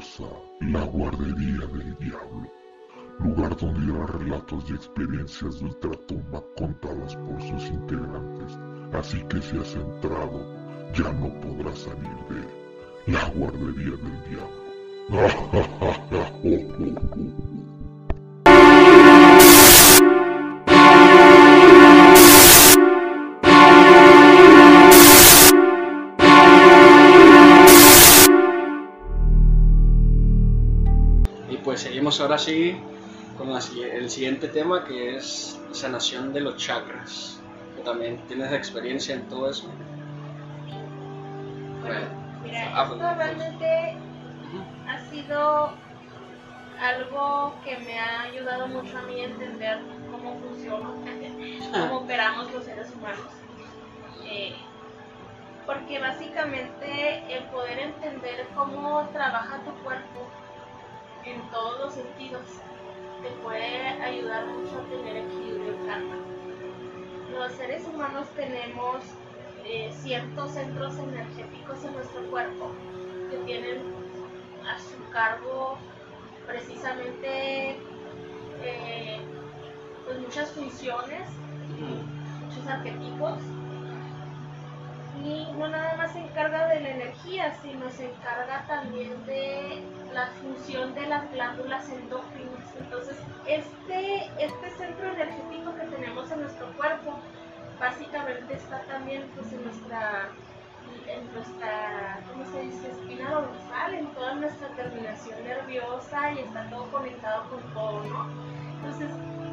misteriosa La Guardería del Diablo, lugar donde irá relatos y experiencias de ultratumba contadas por sus integrantes. Así que si has entrado, ya no podrás salir de La Guardería del Diablo. Y pues seguimos ahora sí con el siguiente tema, que es sanación de los chakras. ¿Tú también tienes experiencia en todo eso? Bueno, mira, esto realmente ha sido algo que me ha ayudado mucho a mí a entender cómo funciona, cómo operamos los seres humanos. Porque básicamente el poder entender cómo trabaja tu cuerpo en todos los sentidos te puede ayudar mucho a tener equilibrio en calma. Los seres humanos tenemos ciertos centros energéticos en nuestro cuerpo que tienen a su cargo precisamente pues muchas funciones, muchos arquetipos, y no nada más se encarga de la energía, sino se encarga también de la función de las glándulas endócrinas. Entonces este centro energético que tenemos en nuestro cuerpo básicamente está también pues en nuestra ¿cómo se dice? Espina dorsal, en toda nuestra terminación nerviosa, y está todo conectado con todo, ¿no? Entonces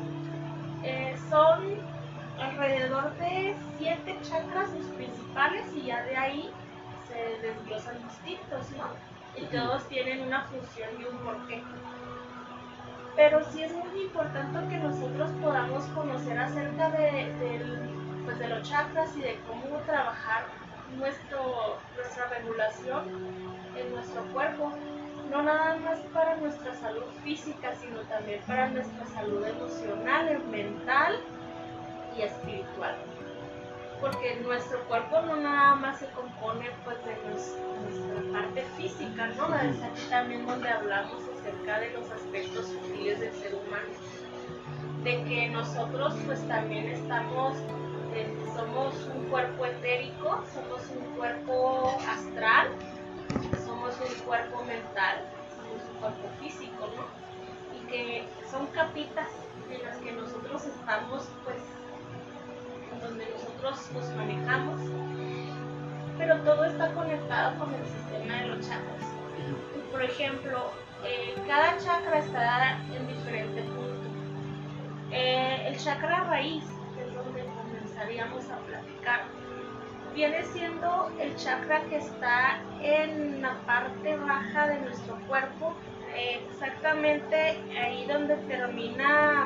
son alrededor de 7 chakras los principales, y ya de ahí se desglosan distintos, ¿no? Y todos tienen una función y un porqué. Pero sí es muy importante que nosotros podamos conocer acerca de los chakras y de cómo trabajar nuestra regulación en nuestro cuerpo, no nada más para nuestra salud física, sino también para nuestra salud emocional, mental y espiritual. Porque nuestro cuerpo no nada más se compone pues de nuestra parte física, ¿no? Es aquí también donde hablamos acerca de los aspectos sutiles del ser humano, de que nosotros pues también somos un cuerpo etérico, somos un cuerpo astral, somos un cuerpo mental, somos un cuerpo físico, ¿no? Y que son capitas en las que nosotros estamos pues donde nosotros nos manejamos, pero todo está conectado con el sistema de los chakras. Y por ejemplo, cada chakra está en diferente punto. El chakra raíz, que es donde comenzaríamos a platicar, viene siendo el chakra que está en la parte baja de nuestro cuerpo, exactamente ahí donde termina.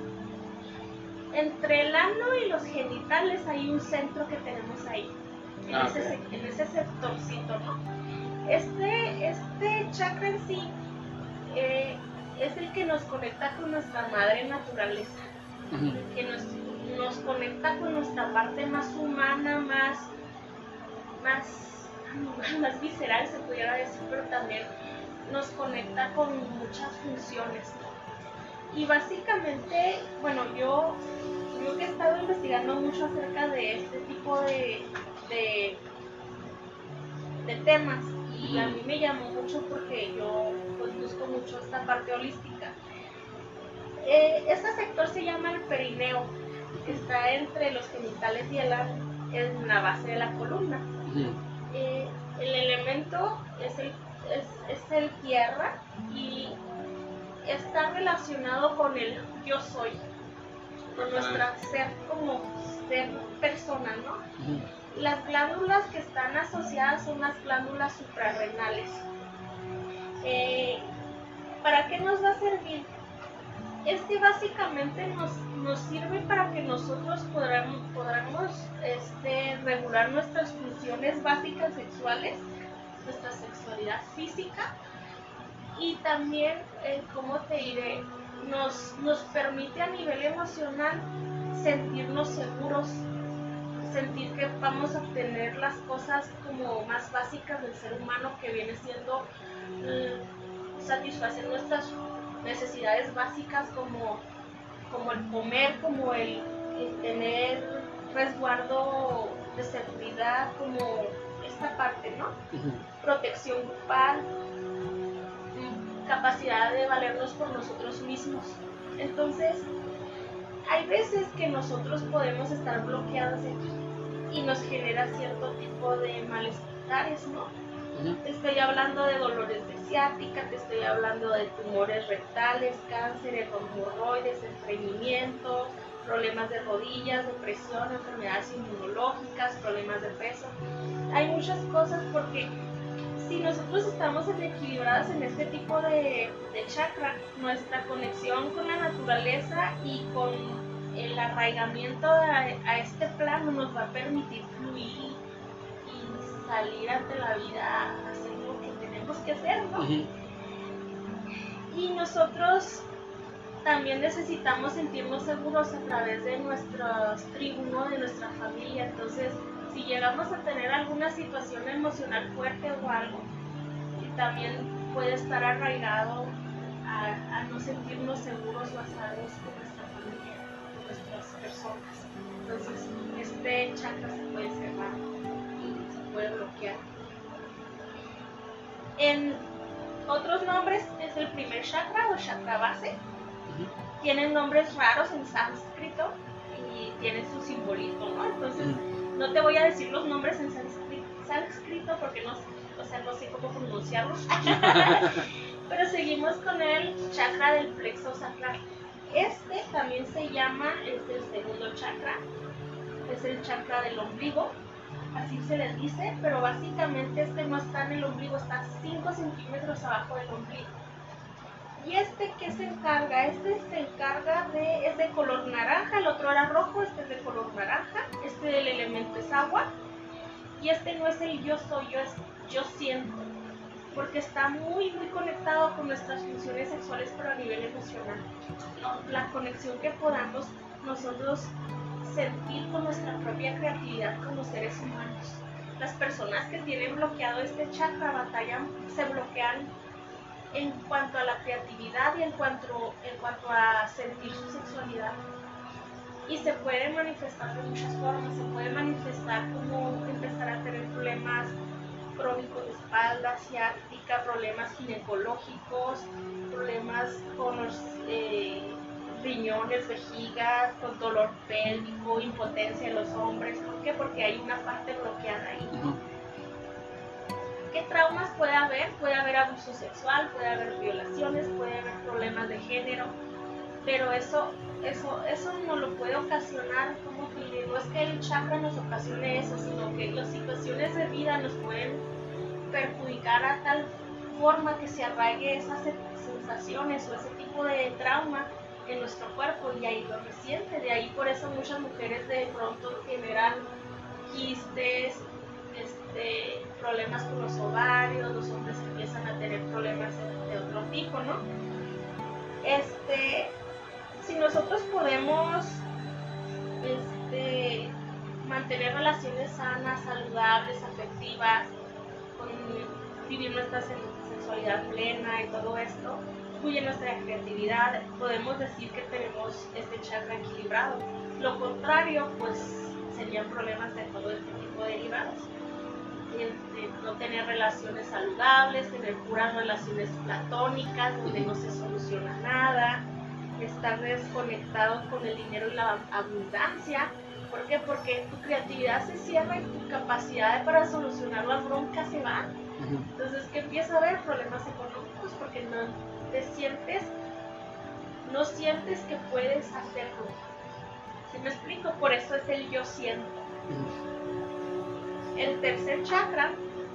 Entre el ano y los genitales hay un centro que tenemos ahí, en ese sectorcito, ¿no? Este chakra en sí es el que nos conecta con nuestra madre naturaleza, que nos conecta con nuestra parte más humana, más visceral, se pudiera decir, pero también nos conecta con muchas funciones, ¿no? Y básicamente, bueno, yo que he estado investigando mucho acerca de este tipo de temas, y a mí me llamó mucho porque yo pues busco mucho esta parte holística. Este sector se llama el perineo, que está entre los genitales y el ano, en la base de la columna. El elemento es el tierra, y está relacionado con el yo soy, con nuestra ser como ser persona, ¿no? Las glándulas que están asociadas son las glándulas suprarrenales. ¿Para qué nos va a servir? Es que básicamente nos sirve para que nosotros podamos regular nuestras funciones básicas sexuales, nuestra sexualidad física, y también, ¿cómo te diré? Nos permite a nivel emocional sentirnos seguros, sentir que vamos a obtener las cosas como más básicas del ser humano, que viene siendo satisfacer nuestras necesidades básicas como el comer, como el tener resguardo de seguridad, como esta parte, ¿no? Protección grupal, capacidad de valernos por nosotros mismos. Entonces, hay veces que nosotros podemos estar bloqueados aquí y nos genera cierto tipo de malestares, ¿no? Te estoy hablando de dolores de ciática, te estoy hablando de tumores rectales, cánceres, hemorroides, estreñimiento, problemas de rodillas, depresión, enfermedades inmunológicas, problemas de peso. Hay muchas cosas porque si nosotros estamos desequilibrados en este tipo de chakra, nuestra conexión con la naturaleza y con el arraigamiento a este plano nos va a permitir fluir y salir ante la vida a hacer lo que tenemos que hacer, ¿no? Y nosotros también necesitamos sentirnos seguros a través de nuestras tribus, ¿no? De nuestra familia. Entonces, si llegamos a tener alguna situación emocional fuerte o algo, y también puede estar arraigado a no sentirnos seguros o a salvos con nuestra familia, con nuestras personas. Entonces, este chakra se puede cerrar y se puede bloquear. En otros nombres es el primer chakra o chakra base. Tienen nombres raros en sánscrito y tienen su simbolismo, ¿no? Entonces, no te voy a decir los nombres en sánscrito porque no sé cómo pronunciarlos. Pero seguimos con el chakra del plexo sacral. Este también se llama, es el segundo chakra, es el chakra del ombligo, así se les dice, pero básicamente este no está en el ombligo, está 5 centímetros abajo del ombligo. ¿Y este qué se encarga? Este se encarga es de color naranja, el otro era rojo, este es de color naranja, este del elemento es agua, y este no es el yo soy, es yo siento, porque está muy conectado con nuestras funciones sexuales, pero a nivel emocional. La conexión que podamos nosotros sentir con nuestra propia creatividad como seres humanos. Las personas que tienen bloqueado este chakra batallan, se bloquean en cuanto a la creatividad y en cuanto a sentir su sexualidad. Y se puede manifestar de muchas formas, se puede manifestar como empezar a tener problemas crónicos de espalda, ciática, problemas ginecológicos, problemas con los riñones, vejigas, con dolor pélvico, impotencia en los hombres. ¿Por qué? Porque hay una parte bloqueada ahí, ¿no? ¿Qué traumas puede haber? Puede haber abuso sexual, puede haber violaciones, puede haber problemas de género, pero eso no lo puede ocasionar, como que no es que el chakra nos ocasione eso, sino que las situaciones de vida nos pueden perjudicar a tal forma que se arraigue esas sensaciones o ese tipo de trauma en nuestro cuerpo y ahí lo resiente. De ahí por eso muchas mujeres de pronto generan quistes, problemas con los ovarios, los hombres empiezan a tener problemas de otro tipo, ¿no? Si nosotros podemos mantener relaciones sanas, saludables, afectivas, vivir nuestra sexualidad plena y todo esto, fluye nuestra creatividad, podemos decir que tenemos este chakra equilibrado. Lo contrario, pues, serían problemas de todo este tipo de derivados. No tener relaciones saludables, tener puras relaciones platónicas donde no se soluciona nada, estar desconectados con el dinero y la abundancia. ¿Por qué? Porque tu creatividad se cierra y tu capacidad para solucionar las broncas se va. Entonces, ¿qué empieza a haber? Problemas económicos porque no sientes que puedes hacerlo. ¿Sí me explico? Por eso es el yo siento. El tercer chakra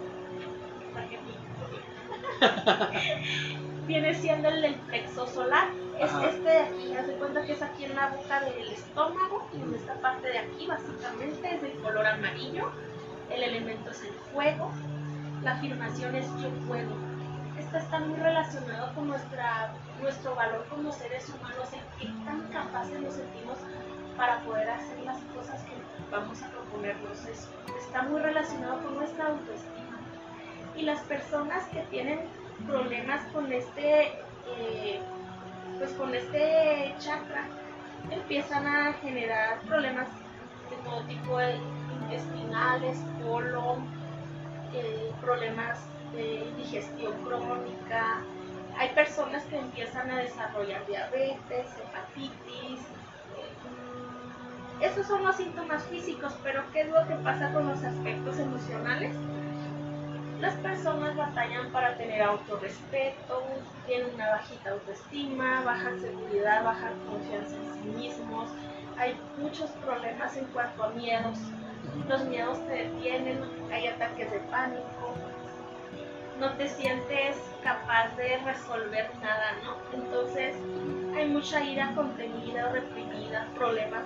viene siendo el del plexo solar. Es este de aquí, haz de cuenta que es aquí en la boca del estómago, en esta parte de aquí básicamente es de color amarillo. El elemento es el fuego, la afirmación es yo puedo. Esto está muy relacionado con nuestro valor como seres humanos, en qué tan capaces nos sentimos para poder hacer las cosas que vamos a proponernos. Está muy relacionado con nuestra autoestima. Y las personas que tienen problemas con pues con este chakra, empiezan a generar problemas de todo tipo, intestinales, colon, problemas de digestión crónica. Hay personas que empiezan a desarrollar diabetes, hepatitis. Esos son los síntomas físicos, pero ¿qué es lo que pasa con los aspectos emocionales? Las personas batallan para tener autorrespeto, tienen una bajita autoestima, baja seguridad, baja confianza en sí mismos. Hay muchos problemas en cuanto a miedos. Los miedos te detienen, hay ataques de pánico, no te sientes capaz de resolver nada, ¿no? Entonces hay mucha ira contenida o reprimida, problemas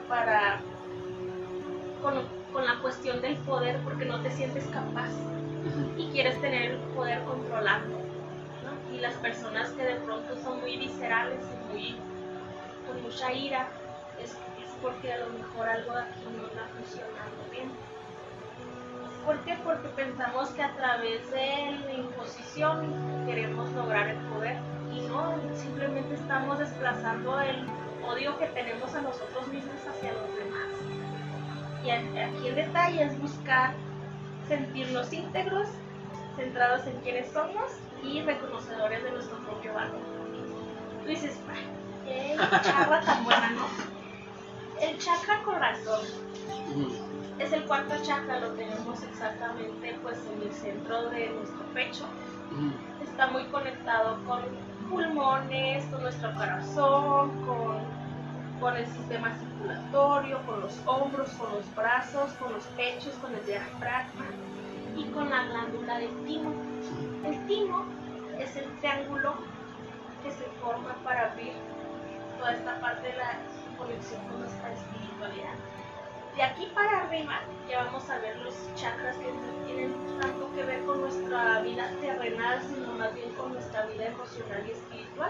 con la cuestión del poder, porque no te sientes capaz y quieres tener el poder controlando, ¿no? Y las personas que de pronto son muy viscerales y con mucha ira, es porque a lo mejor algo de aquí no está funcionando bien. ¿Por qué? Porque pensamos que a través de la imposición queremos lograr el poder, y no, simplemente estamos desplazando el odio que tenemos a nosotros mismos hacia los demás. Y aquí el detalle es buscar sentirnos íntegros, centrados en quiénes somos y reconocedores de nuestro propio valor. Tú dices, qué charla tan buena, ¿no? El chakra corazón es el cuarto chakra, lo tenemos exactamente pues en el centro de nuestro pecho. Está muy conectado con pulmones, con nuestro corazón, con el sistema circulatorio, con los hombros, con los brazos, con los pechos, con el diafragma y con la glándula del timo. El timo es el triángulo que se forma para abrir toda esta parte de la conexión con nuestra espiritualidad. De aquí para arriba ya vamos a ver los chakras que no tienen tanto que ver con nuestra vida terrenal, sino más bien con nuestra vida emocional y espiritual.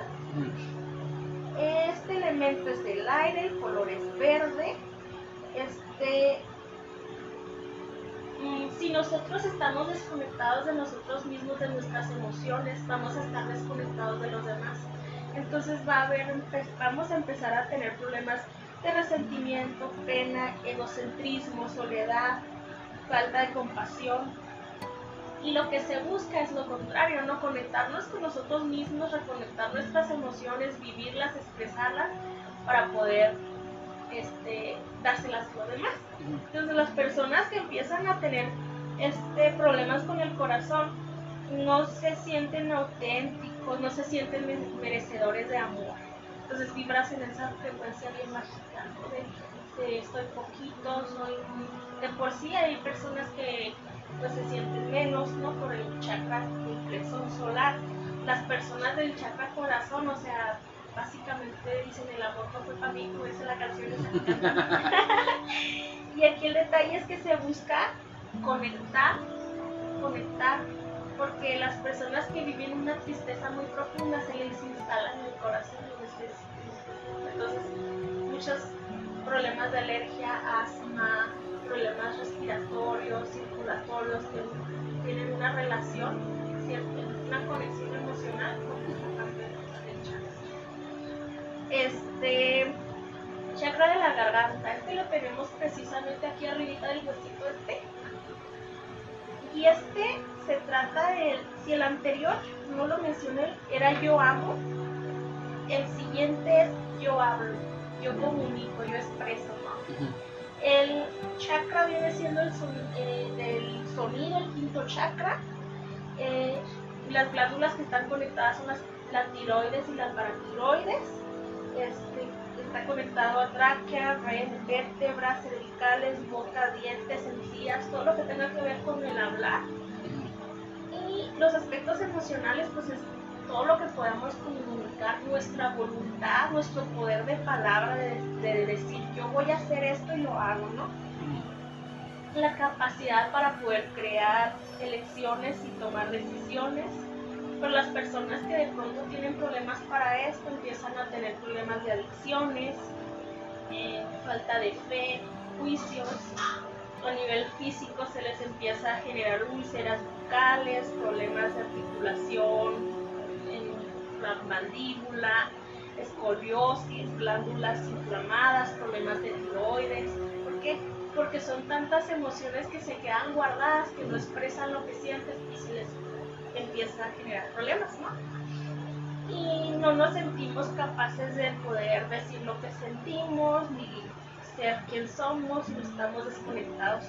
Este elemento es del aire, el color es verde. Si nosotros estamos desconectados de nosotros mismos, de nuestras emociones, vamos a estar desconectados de los demás. Entonces vamos a empezar a tener problemas de resentimiento, pena, egocentrismo, soledad, falta de compasión. Y lo que se busca es lo contrario, ¿no? Conectarnos con nosotros mismos, reconectar nuestras emociones, vivirlas, expresarlas, para poder dárselas a los demás. Entonces las personas que empiezan a tener problemas con el corazón no se sienten auténticos, no se sienten merecedores de amor. Entonces vibras en esa frecuencia bien bajita, ¿no? De estoy poquito, de por sí hay personas que pues se sienten menos, ¿no? Por el chakra del plexo solar. Las personas del chakra corazón, o sea, básicamente dicen el amor no fue para mí, como dice la canción esa. Y aquí el detalle es que se busca conectar, porque las personas que viven una tristeza muy profunda se les instala en el corazón. Entonces, muchos problemas de alergia, asma, problemas respiratorios, circulatorios, que tienen una relación, ¿cierto? Una conexión emocional con esta parte del chakra. Chakra de la garganta, lo tenemos precisamente aquí arribita del huesito y se trata de, si el anterior, no lo mencioné, era yo amo, el siguiente es yo hablo, yo comunico, yo expreso, ¿no? El chakra viene siendo del sonido, el quinto chakra. Las glándulas que están conectadas son la tiroides y las paratiroides. Está conectado a tráquea, vértebras, cervicales, boca, dientes, encías, todo lo que tenga que ver con el hablar. Y los aspectos emocionales, pues es todo lo que podamos comunicar, nuestra voluntad, nuestro poder de palabra, de decir yo voy a hacer esto y lo hago, ¿no? La capacidad para poder crear elecciones y tomar decisiones. Pero las personas que de pronto tienen problemas para esto empiezan a tener problemas de adicciones, falta de fe, juicios. A nivel físico se les empieza a generar úlceras bucales, problemas de articulación, la mandíbula, escoliosis, glándulas inflamadas, problemas de tiroides. ¿Por qué? Porque son tantas emociones que se quedan guardadas, que no expresan lo que sienten y se les empieza a generar problemas, ¿no? Y no nos sentimos capaces de poder decir lo que sentimos, ni ser quien somos, no estamos desconectados.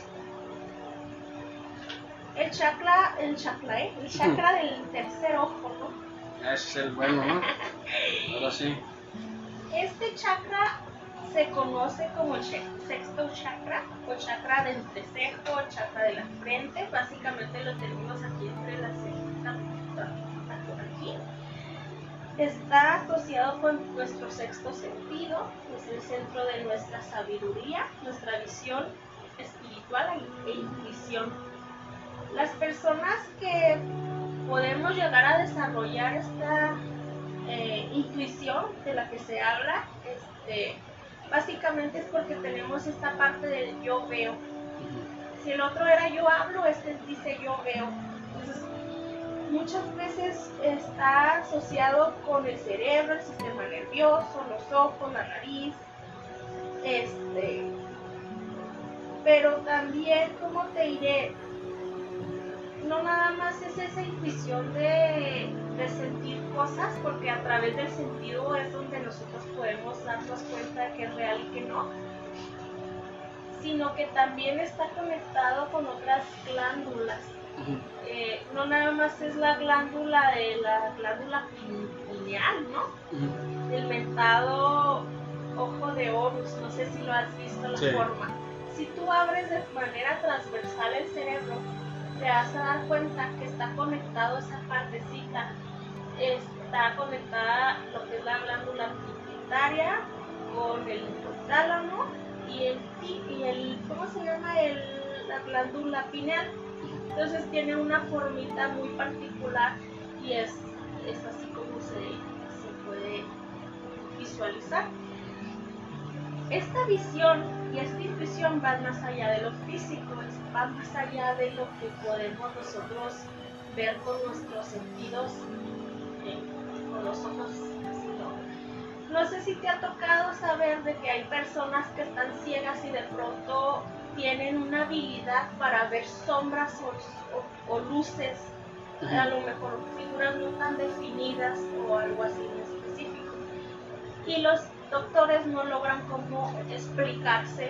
El chakra del tercer ojo, ¿no? Ese es el bueno, ¿no? Ahora sí. Este chakra se conoce como el sexto chakra, o chakra del entrecejo, chakra de la frente. Básicamente lo tenemos aquí entre las cejitas, aquí. Está asociado con nuestro sexto sentido, es el centro de nuestra sabiduría, nuestra visión espiritual e intuición. Las personas que podemos llegar a desarrollar esta intuición de la que se habla, básicamente es porque tenemos esta parte del yo veo. Si el otro era yo hablo, este dice yo veo. Entonces, muchas veces está asociado con el cerebro, el sistema nervioso, los ojos, la nariz, pero también, ¿cómo te diré? No nada más es esa intuición de sentir cosas, porque a través del sentido es donde nosotros podemos darnos cuenta de que es real y que no, sino que también está conectado con otras glándulas. No nada más es la glándula pineal, ¿no? El mentado ojo de Horus, no sé si lo has visto la forma. Si tú abres de manera transversal el cerebro, te vas a dar cuenta que está conectado esa partecita, está conectada lo que es la glándula pituitaria con el hipotálamo y el ¿cómo se llama? La glándula pineal. Entonces tiene una formita muy particular y es así como se puede visualizar. Esta visión y esta intuición van más allá de lo físico, van más allá de lo que podemos nosotros ver con nuestros sentidos, con los ojos. No sé si te ha tocado saber de que hay personas que están ciegas y de pronto tienen una habilidad para ver sombras o luces, a lo mejor figuras no tan definidas o algo así en específico. Y los doctores no logran cómo explicarse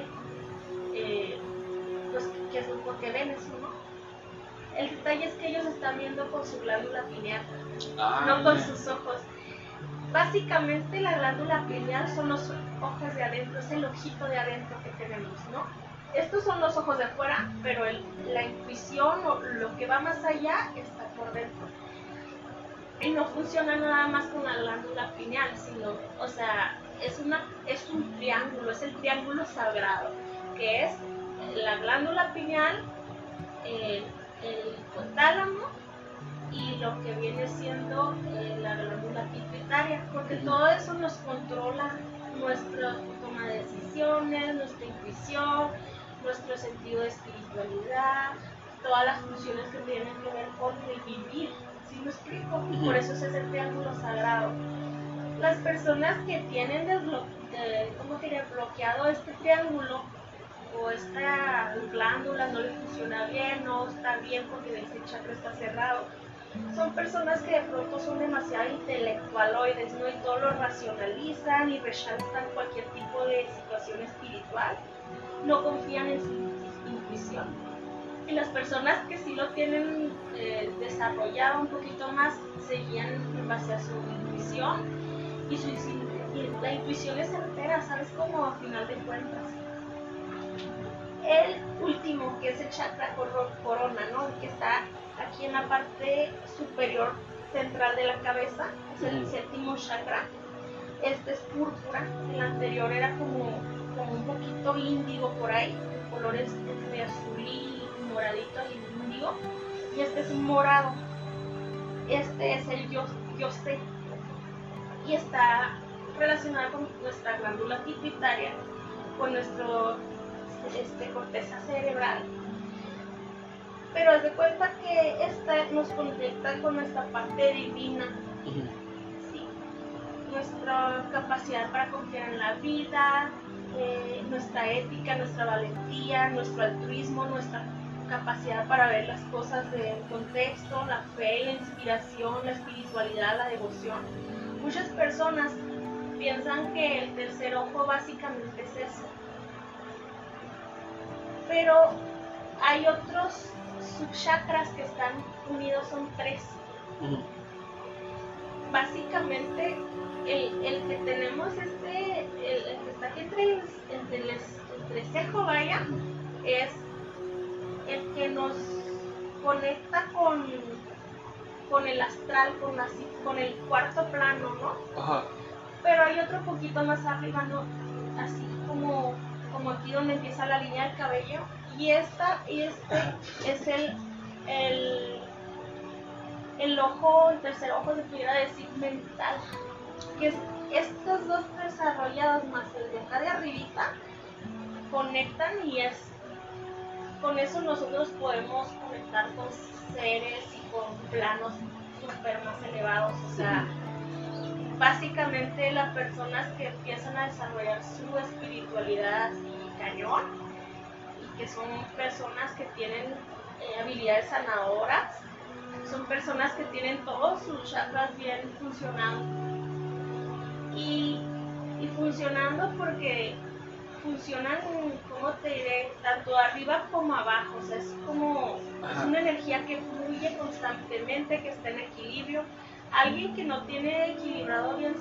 pues, qué es por qué ven eso, ¿no? El detalle es que ellos están viendo con su glándula pineal, no con sus ojos. Básicamente la glándula pineal son los ojos de adentro, es el ojito de adentro que tenemos, ¿no? Estos son los ojos de fuera, pero la intuición o lo que va más allá está por dentro. Y no funciona nada más con la glándula pineal, sino, o sea, es un triángulo, es el triángulo sagrado, que es la glándula pineal, el hipotálamo y lo que viene siendo la glándula pituitaria, porque todo eso nos controla nuestra toma de decisiones, nuestra intuición, nuestro sentido de espiritualidad, todas las funciones que tienen que ver con el vivir. ¿Sí me explico? Por eso es ese triángulo sagrado. Las personas que tienen bloqueado este triángulo o esta glándula no le funciona bien, no está bien porque ese chakra está cerrado, son personas que de pronto son demasiado intelectualoides, ¿no? Y todo lo racionalizan y rechazan cualquier tipo de situación espiritual, no confían en su intuición. Y las personas que sí lo tienen desarrollado un poquito más se guían en base a su intuición y la intuición es certera, ¿sabes cómo? A final de cuentas. El último, que es el chakra corona, ¿no? El que está aquí en la parte superior central de la cabeza, es el séptimo chakra. Este es púrpura, el anterior era como un poquito índigo por ahí, el color es entre azul y moradito y índigo, y este es un morado. Este es el yo sé, y está relacionado con nuestra glándula pituitaria, con nuestro corteza cerebral. Pero haz de cuenta que esta nos conecta con nuestra parte divina. ¿Sí? nuestra capacidad para confiar en la vida, nuestra ética, nuestra valentía, nuestro altruismo, nuestra capacidad para ver las cosas del contexto, la fe, la inspiración, la espiritualidad, la devoción. Muchas personas piensan que el tercer ojo básicamente es eso, pero hay otros subchakras que están unidos, son 3. Básicamente el que tenemos el que está aquí entre el cejo, vaya, es el que nos conecta con el astral, con el cuarto plano, ¿no? Ajá. Pero hay otro poquito más arriba, ¿no? Así como aquí donde empieza la línea del cabello. Y este es el ojo, el tercer ojo, se pudiera decir, mental. Que estos dos desarrollados más el de acá de arribita conectan, y con eso nosotros podemos conectar con seres y con planos súper más elevados. O sea, básicamente las personas que empiezan a desarrollar su espiritualidad así cañón, y que son personas que tienen habilidades sanadoras, son personas que tienen todos sus chakras bien funcionando, y funcionando porque funcionan, ¿cómo te diré?, tanto arriba como abajo. O sea, es una energía que fluye constantemente, que está en equilibrio. Alguien que no tiene equilibrado bien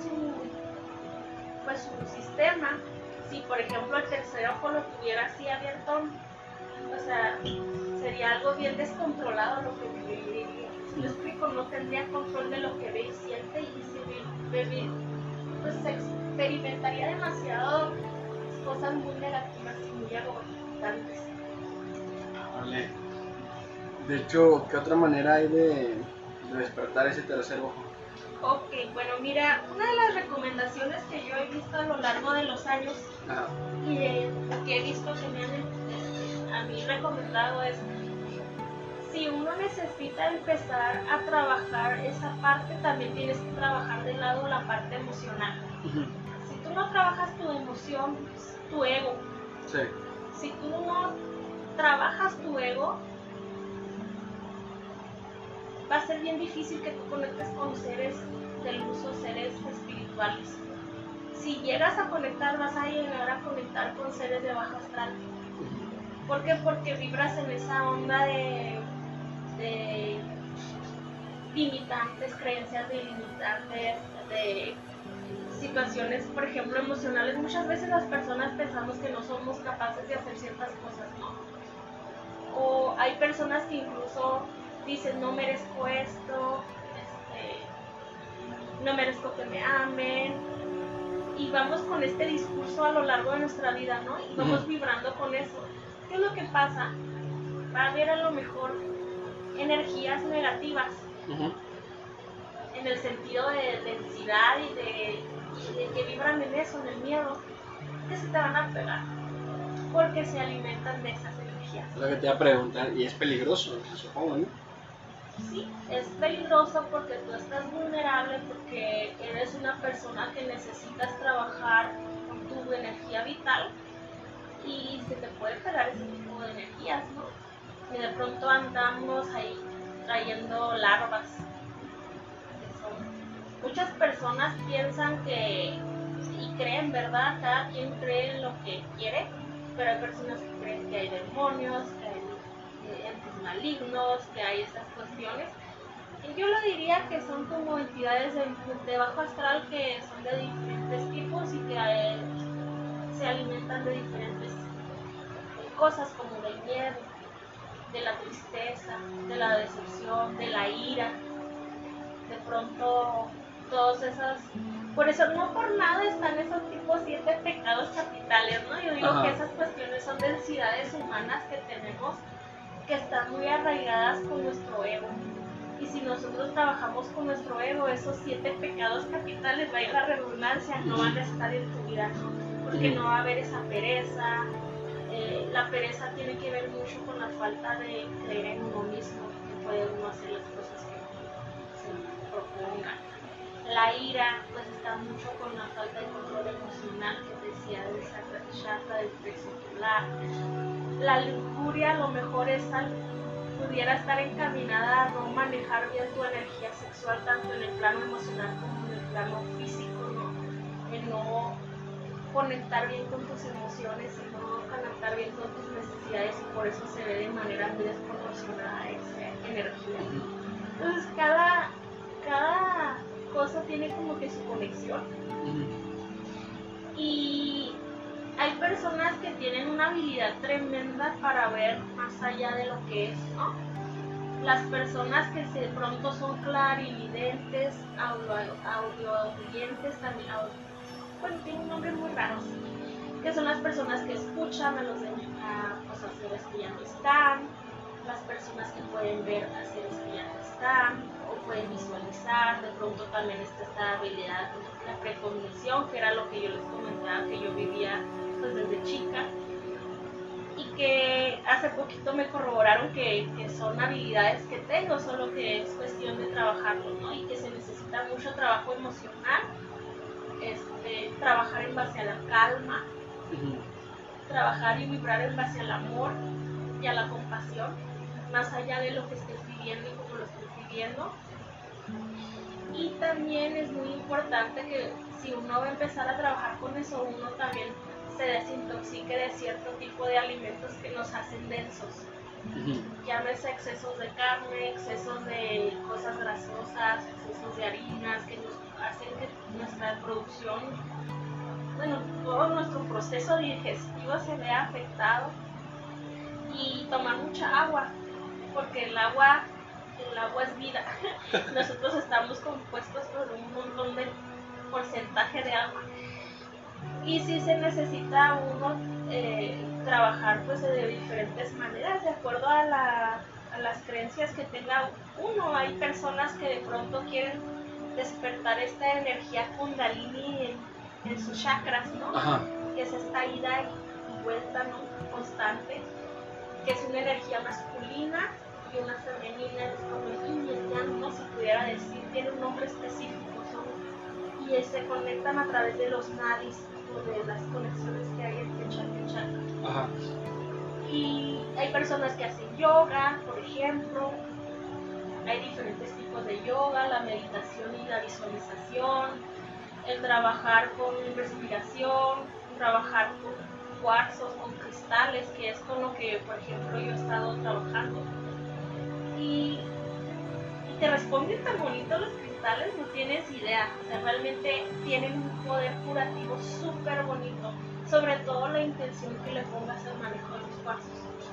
su sistema, si por ejemplo el tercer ojo lo tuviera así abierto, o sea, sería algo bien descontrolado lo que viviría. Si lo explico, no tendría control de lo que ve y siente, y pues experimentaría demasiado cosas muy negativas y muy agotantes. Vale. De hecho, ¿qué otra manera hay de despertar ese tercer ojo? Ok, bueno, mira, una de las recomendaciones que yo he visto a lo largo de los años, y que he visto que me han a mí recomendado, es: si uno necesita empezar a trabajar esa parte, también tienes que trabajar de lado la parte emocional. Si tú no trabajas tu emoción, tu ego, si tú no trabajas tu ego, va a ser bien difícil que tú conectes con seres de luz o seres espirituales. Si llegas a conectar, vas a llegar a conectar con seres de bajo astral. ¿Por qué? Porque vibras en esa onda de limitantes, creencias de limitantes, de situaciones, por ejemplo, emocionales. Muchas veces las personas pensamos que no somos capaces de hacer ciertas cosas, ¿no? O hay personas que incluso dicen: no merezco esto, no merezco que me amen, y vamos con este discurso a lo largo de nuestra vida, ¿no? Y vamos vibrando con eso. ¿Qué es lo que pasa? Va a haber a lo mejor energías negativas, en el sentido de densidad y de que vibran en eso, en el miedo, que se te van a pegar, porque se alimentan de esas energías. Lo que te iba a preguntar, y es peligroso, supongo, ¿no? Sí, es peligroso porque tú estás vulnerable, porque eres una persona que necesitas trabajar con tu energía vital, y se te puede pegar ese tipo de energías, ¿no? Y de pronto andamos ahí trayendo larvas. Muchas personas piensan y creen, ¿verdad? Cada quien cree en lo que quiere, pero hay personas que creen que hay demonios, que hay entes malignos, que hay esas cuestiones. Y yo lo diría que son como entidades de bajo astral, que son de diferentes tipos y que se alimentan de diferentes cosas, como del miedo, de la tristeza, de la decepción, de la ira. De pronto, todas esas... Por eso, no por nada están esos tipos 7 pecados capitales, ¿no? Yo digo que esas cuestiones son densidades humanas que tenemos, que están muy arraigadas con nuestro ego. Y si nosotros trabajamos con nuestro ego, esos 7 pecados capitales, vaya la redundancia, no van a estar en tu vida, ¿no? Porque no va a haber esa pereza. La pereza tiene que ver mucho con la falta de creer en uno mismo, que puede uno hacer las cosas que se propongan. La ira, pues conecta mucho con la falta de control emocional que decía del chakra del plexo solar. La lujuria a lo mejor pudiera estar encaminada a no manejar bien tu energía sexual tanto en el plano emocional como en el plano físico, ¿no? En no conectar bien con tus emociones y no conectar bien con tus necesidades, y por eso se ve de manera muy desproporcionada esa energía. Entonces cada cosa tiene como que su conexión. Y hay personas que tienen una habilidad tremenda para ver más allá de lo que es, ¿no? Las personas que de pronto son clarividentes, audiovidentes, también, bueno, tienen un nombre muy raro, que son las personas que escuchan a los pues, a seres que ya no están, las personas que pueden ver a seres que ya no están, o pueden visualizar. De pronto también está esta habilidad, la precognición, que era lo que yo les comentaba, que yo vivía pues, desde chica, y que hace poquito me corroboraron que son habilidades que tengo, solo que es cuestión de trabajarlo, ¿no? Y que se necesita mucho trabajo emocional, trabajar en base a la calma, trabajar y vibrar en base al amor y a la compasión, más allá de lo que estés viviendo y cómo lo estés viviendo. Y también es muy importante que si uno va a empezar a trabajar con eso, uno también se desintoxique de cierto tipo de alimentos que nos hacen densos. Llámese excesos de carne, excesos de cosas grasosas, excesos de harinas, que nos hacen que nuestra producción, bueno, todo nuestro proceso digestivo se vea afectado. Y tomar mucha agua, porque el agua es vida. Nosotros estamos compuestos por un montón de porcentaje de agua. Y sí se necesita uno trabajar pues de diferentes maneras, de acuerdo a las creencias que tenga uno. Hay personas que de pronto quieren despertar esta energía kundalini en sus chakras, ¿no? Ajá. Que es esta ida y vuelta, ¿no? Constante, que es una energía masculina y una femenina, es como el yin y el yang, ¿no? Si pudiera decir, tiene un nombre específico, y se conectan a través de los nadis, o de las conexiones que hay entre chakra y chakra. Ajá. Y hay personas que hacen yoga, por ejemplo. Hay diferentes tipos de yoga, la meditación y la visualización, el trabajar con respiración, trabajar con cuarzos, con cristales, que es con lo que, por ejemplo, yo he estado trabajando. Y te responden tan bonito los cristales, no tienes idea. O sea, realmente tienen un poder curativo súper bonito, sobre todo la intención que le pongas al manejo de los cuarzos.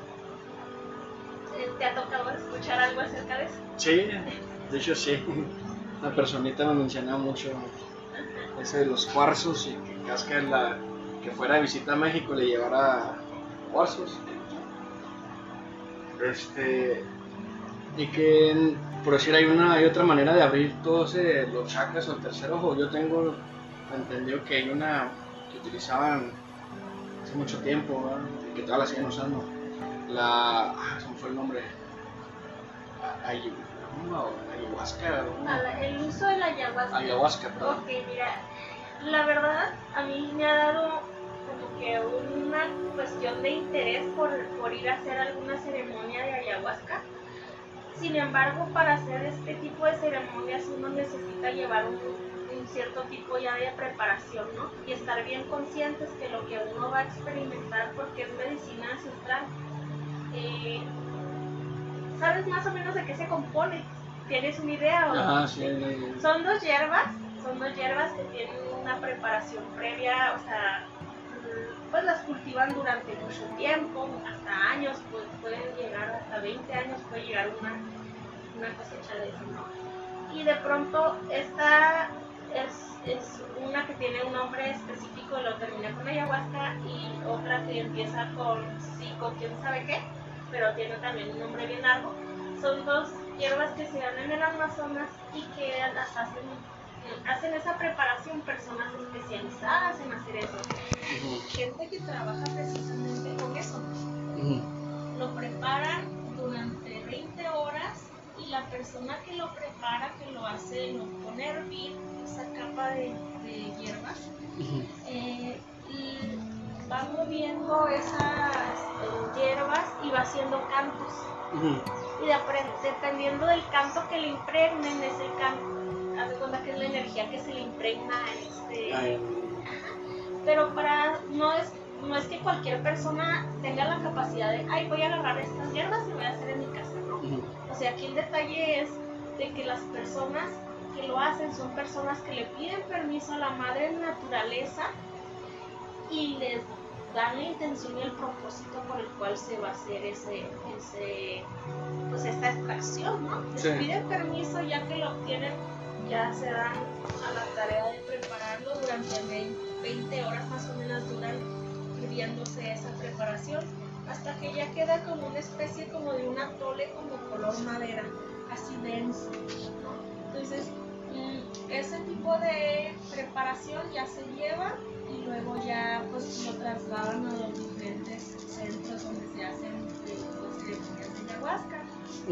¿Te ha tocado escuchar algo acerca de eso? Sí, de hecho sí. La personita me mencionaba mucho ese de los cuarzos, y que Casca que fuera de visita a México le llevara cuarzos. Y que, por decir, hay otra manera de abrir todos los chakras o el tercer ojo. Yo tengo entendido que hay una que utilizaban hace mucho tiempo, ¿verdad? Y que todavía la siguen usando. ¿Cómo fue el nombre? Ayahuasca. El uso de la ayahuasca. Ayahuasca, perdón. Ok, mira, la verdad a mí me ha dado como que una cuestión de interés por ir a hacer alguna ceremonia de ayahuasca. Sin embargo, para hacer este tipo de ceremonias uno necesita llevar un cierto tipo ya de preparación, ¿no? Y estar bien conscientes que lo que uno va a experimentar, porque es medicina ancestral, ¿sabes más o menos de qué se compone? ¿Tienes una idea? Ajá, sí. Son dos hierbas que tienen una preparación previa, o sea, pues las cultivan durante mucho tiempo, hasta años, pues pueden llegar hasta 20 años, puede llegar una cosecha de eso, ¿no? Y de pronto esta es una que tiene un nombre específico, lo termina con ayahuasca, y otra que empieza con quién sabe qué, pero tiene también un nombre bien largo. Son dos hierbas que se dan en el Amazonas y que las hacen esa preparación personas especializadas en hacer eso. Gente que trabaja precisamente con eso. Lo preparan durante 20 horas y la persona que lo prepara, que lo hace, lo pone a hervir, esa capa de hierbas, y va moviendo esas hierbas y va haciendo cantos. Y dependiendo del canto que le impregnen, es el canto, haz de cuenta que es la energía que se le impregna a pero no es que cualquier persona tenga la capacidad de, ay, voy a agarrar estas hierbas y voy a hacer en mi casa, ¿no? O sea, aquí el detalle es de que las personas que lo hacen son personas que le piden permiso a la madre naturaleza y les dan la intención y el propósito por el cual se va a hacer pues esta extracción, ¿no? Les piden permiso, ya que lo obtienen, ya se dan a la tarea de prepararlo durante 20 horas más o menos duran hirviéndose esa preparación, hasta que ya queda como una especie como de un atole como color madera, así denso, ¿no? Entonces, ese tipo de preparación ya se lleva y luego ya pues lo trasladan a los diferentes centros donde se hacen las ceremonias de ayahuasca.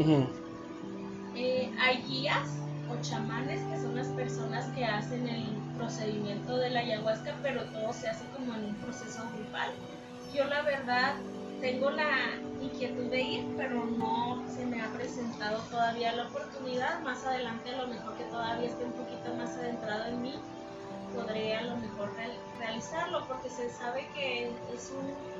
Hay guías o chamanes que son las personas que hacen el procedimiento de la ayahuasca, pero todo se hace como en un proceso grupal. Yo la verdad tengo la inquietud de ir, pero no se me ha presentado todavía la oportunidad. Más adelante, a lo mejor que todavía esté un poquito más adentrado en mí, podré a lo mejor realizarlo, porque se sabe que es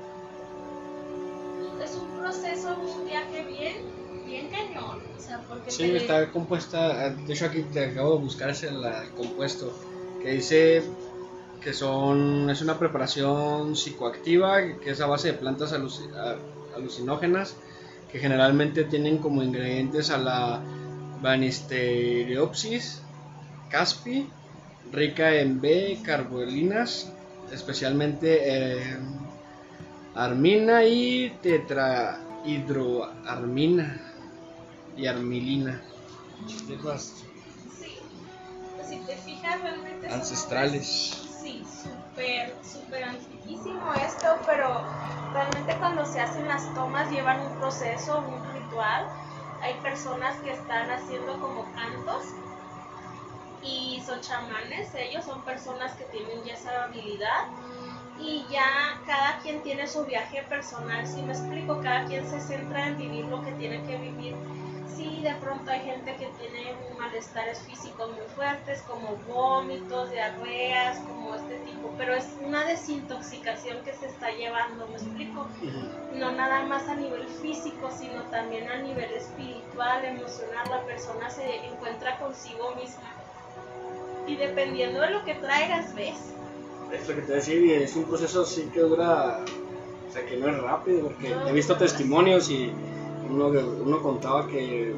un proceso, un viaje bien cañón, o sea, porque sí, está compuesta, de hecho aquí te acabo de buscar el compuesto, que dice que es una preparación psicoactiva, que es a base de plantas alucinógenas, que generalmente tienen como ingredientes a la Banisteriopsis caspi, rica en B-carbolinas, especialmente armina y tetrahidroarmina y armilina. Hierbas sí, pues si te fijas realmente ancestrales. Sí, súper antiquísimo esto, pero realmente cuando se hacen las tomas llevan un proceso, un ritual. Hay personas que están haciendo como cantos y son chamanes, ellos son personas que tienen ya esa habilidad y ya cada quien tiene su viaje personal, si me explico, cada quien se centra en vivir lo que tiene que vivir. Sí, de pronto hay gente que tiene malestares físicos muy fuertes, como vómitos, diarreas, como este tipo, pero es una desintoxicación que se está llevando, ¿me explico? No nada más a nivel físico, sino también a nivel espiritual, emocional, la persona se encuentra consigo misma. Y dependiendo de lo que traigas, ves. Es lo que te voy a decir, y es un proceso así que dura, o sea, que no es rápido, porque No, he visto testimonios y uno contaba que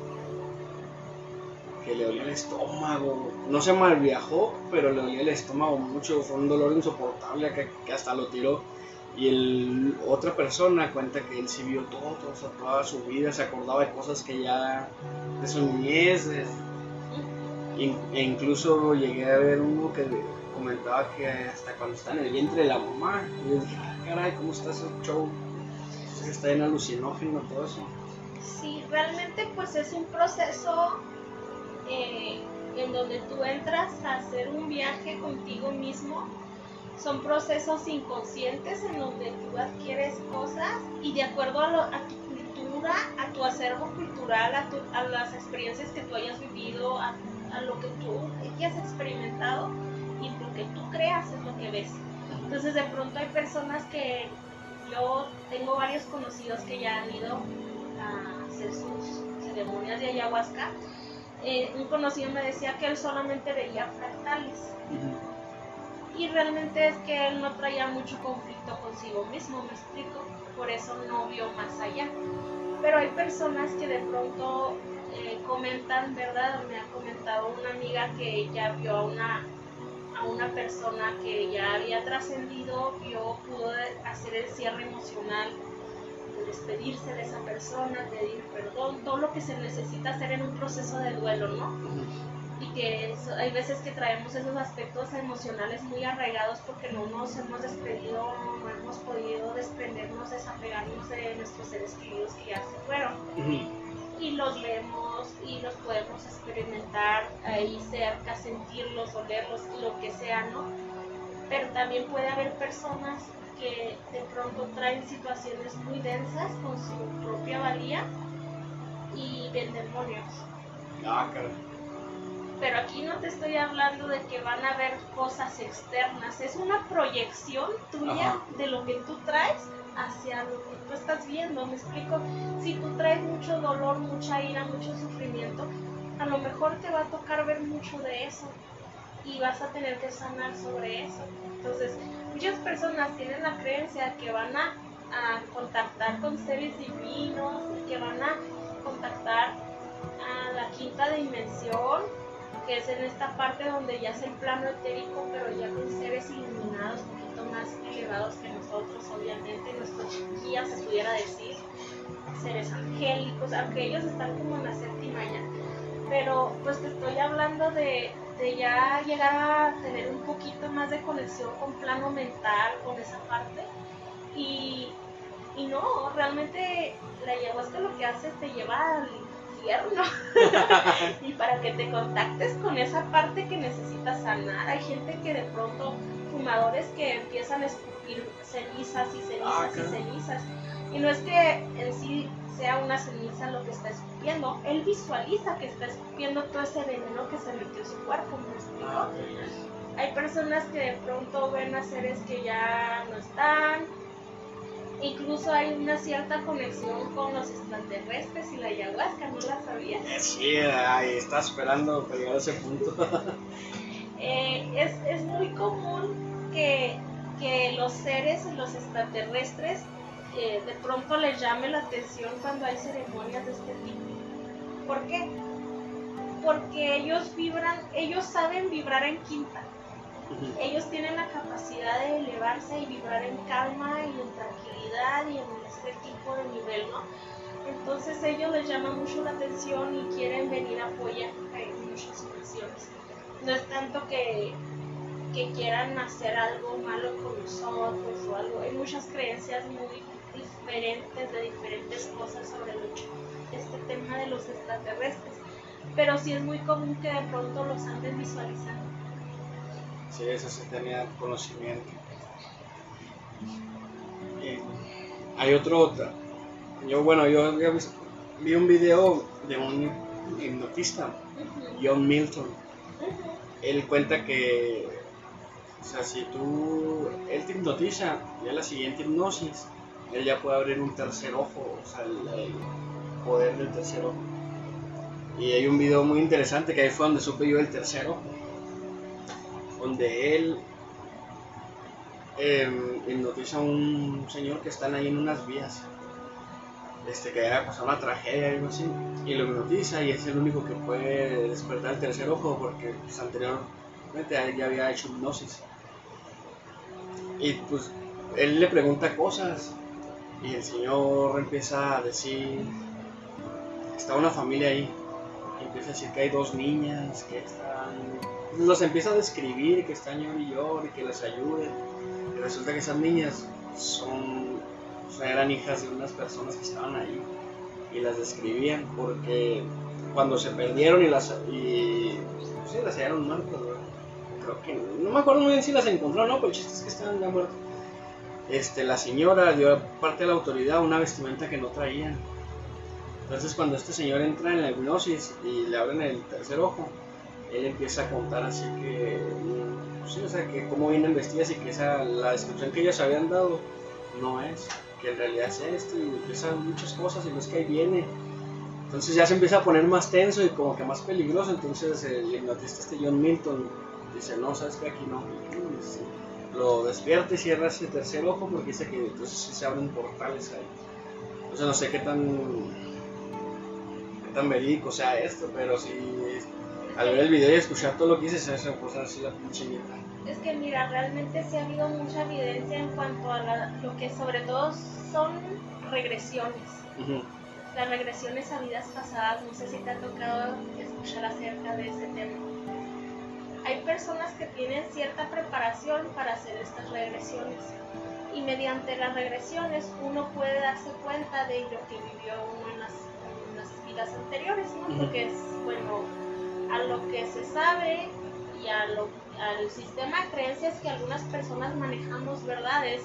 le dolía el estómago, no se malviajó, pero le dolía el estómago mucho, fue un dolor insoportable que hasta lo tiró. Y otra persona cuenta que él sí vio todo, o sea, toda su vida, se acordaba de cosas que ya de su niñez, e incluso llegué a ver uno que comentaba que hasta cuando está en el vientre de la mamá, y yo dije, caray, ¿cómo está ese show? Está en alucinógeno, todo eso. Sí, realmente pues es un proceso en donde tú entras a hacer un viaje contigo mismo. Son procesos inconscientes en donde tú adquieres cosas y de acuerdo a tu cultura, a tu acervo cultural, a las experiencias que tú hayas vivido, a lo que tú hayas experimentado y lo que tú creas es lo que ves. Entonces de pronto hay personas que yo tengo varios conocidos que ya han ido a hacer sus ceremonias de ayahuasca. Un conocido me decía que él solamente veía fractales. Y realmente es que él no traía mucho conflicto consigo mismo, me explico, por eso no vio más allá. Pero hay personas que de pronto comentan, ¿verdad? Me ha comentado una amiga que ya vio a una persona que ya había trascendido, pudo hacer el cierre emocional, de despedirse de esa persona, pedir perdón, todo lo que se necesita hacer en un proceso de duelo, ¿no? Y que hay veces que traemos esos aspectos emocionales muy arraigados porque no nos hemos despedido, no hemos podido desprendernos, desapegarnos de nuestros seres queridos que ya se fueron. y los vemos y los podemos experimentar ahí cerca, sentirlos, olerlos, lo que sea, ¿no? Pero también puede haber personas que de pronto traen situaciones muy densas con su propia valía y ven demonios. Ah, caray. Pero aquí no te estoy hablando de que van a ver cosas externas, es una proyección tuya de lo que tú traes hacia lo que tú estás viendo, ¿me explico? Si tú traes mucho dolor, mucha ira, mucho sufrimiento, a lo mejor te va a tocar ver mucho de eso y vas a tener que sanar sobre eso. Entonces, muchas personas tienen la creencia que van a contactar con seres divinos, que van a contactar a la quinta dimensión, que es en esta parte donde ya es el plano etérico, pero ya con seres iluminados, un poquito más elevados que nosotros, obviamente, nuestros guías, se pudiera decir, seres angélicos, aunque ellos están como en la séptima ya. Pero pues te estoy hablando de ya llegar a tener un poquito más de conexión con plano mental, con esa parte. Y no, realmente la ayahuasca lo que hace es te lleva al infierno. Y para que te contactes con esa parte que necesitas sanar, hay gente que de pronto, fumadores que empiezan a escupir cenizas y cenizas y cenizas. Y no es que en sí sea una ceniza lo que está escupiendo, él visualiza que está escupiendo todo ese veneno que se metió en su cuerpo, ¿me explico? Hay personas que de pronto ven a seres que ya no están, incluso hay una cierta conexión con los extraterrestres y la ayahuasca, ¿no la sabías? Sí, ahí está esperando para llegar a ese punto. Es muy común que los seres, los extraterrestres, de pronto les llame la atención cuando hay ceremonias de este tipo. ¿Por qué? Porque ellos saben vibrar en quinta. Ellos tienen la capacidad de elevarse y vibrar en calma y en tranquilidad y en este tipo de nivel, ¿no? Entonces ellos les llama mucho la atención y quieren venir a apoyar en muchas ocasiones. No es tanto que quieran hacer algo malo con nosotros o algo. Hay muchas creencias muy diferentes de diferentes cosas sobre este tema de los extraterrestres, pero sí es muy común que de pronto los anden visualizando. Sí, eso se tenía conocimiento. Hay otra. Yo vi un video de un hipnotista, John Milton. Él cuenta que, o sea, si él te hipnotiza, ya la siguiente hipnosis, él ya puede abrir un tercer ojo, o sea, el poder del tercer ojo. Y hay un video muy interesante que ahí fue donde supe yo el tercer ojo, donde él hipnotiza a un señor que están ahí en unas vías, que haya pasado una tragedia o algo así, y lo hipnotiza y es el único que puede despertar el tercer ojo porque pues, anteriormente ya había hecho hipnosis. Y pues él le pregunta cosas y el señor empieza a decir, está una familia ahí, y empieza a decir que hay dos niñas que los empieza a describir, que están llorando y que les ayuden. Y resulta que esas niñas eran hijas de unas personas que estaban ahí y las describían porque cuando se perdieron y las hallaron muertas, ¿verdad? Creo que no me acuerdo muy bien si las encontró o no, pero el chiste es que estaban ya muertas. La señora dio parte de la autoridad una vestimenta que no traían. Entonces cuando este señor entra en la hipnosis y le abren el tercer ojo, él empieza a contar así que, sí, o sea, que cómo vienen vestidas y que la descripción que ellos habían dado no es, que en realidad es esto, y empiezan muchas cosas y no es que ahí viene. Entonces ya se empieza a poner más tenso y como que más peligroso. Entonces el hipnotista John Milton dice, no, sabes que aquí no. Lo despierta y cierra ese tercer ojo porque dice que entonces se abren portales ahí. O sea, no sé qué tan verídico sea esto, pero si al ver el video y escuchar todo lo que dices, se me puso así la pinche mierda. Es que mira, realmente sí ha habido mucha evidencia en cuanto a lo que sobre todo son regresiones. Las regresiones a vidas pasadas, no sé si te ha tocado escuchar acerca de ese tema. Hay personas que tienen cierta preparación para hacer estas regresiones y mediante las regresiones uno puede darse cuenta de lo que vivió uno en las vidas pláticas anteriores, ¿no? Porque es, bueno, a lo que se sabe y al sistema de creencias que algunas personas manejamos, ¿verdad? Es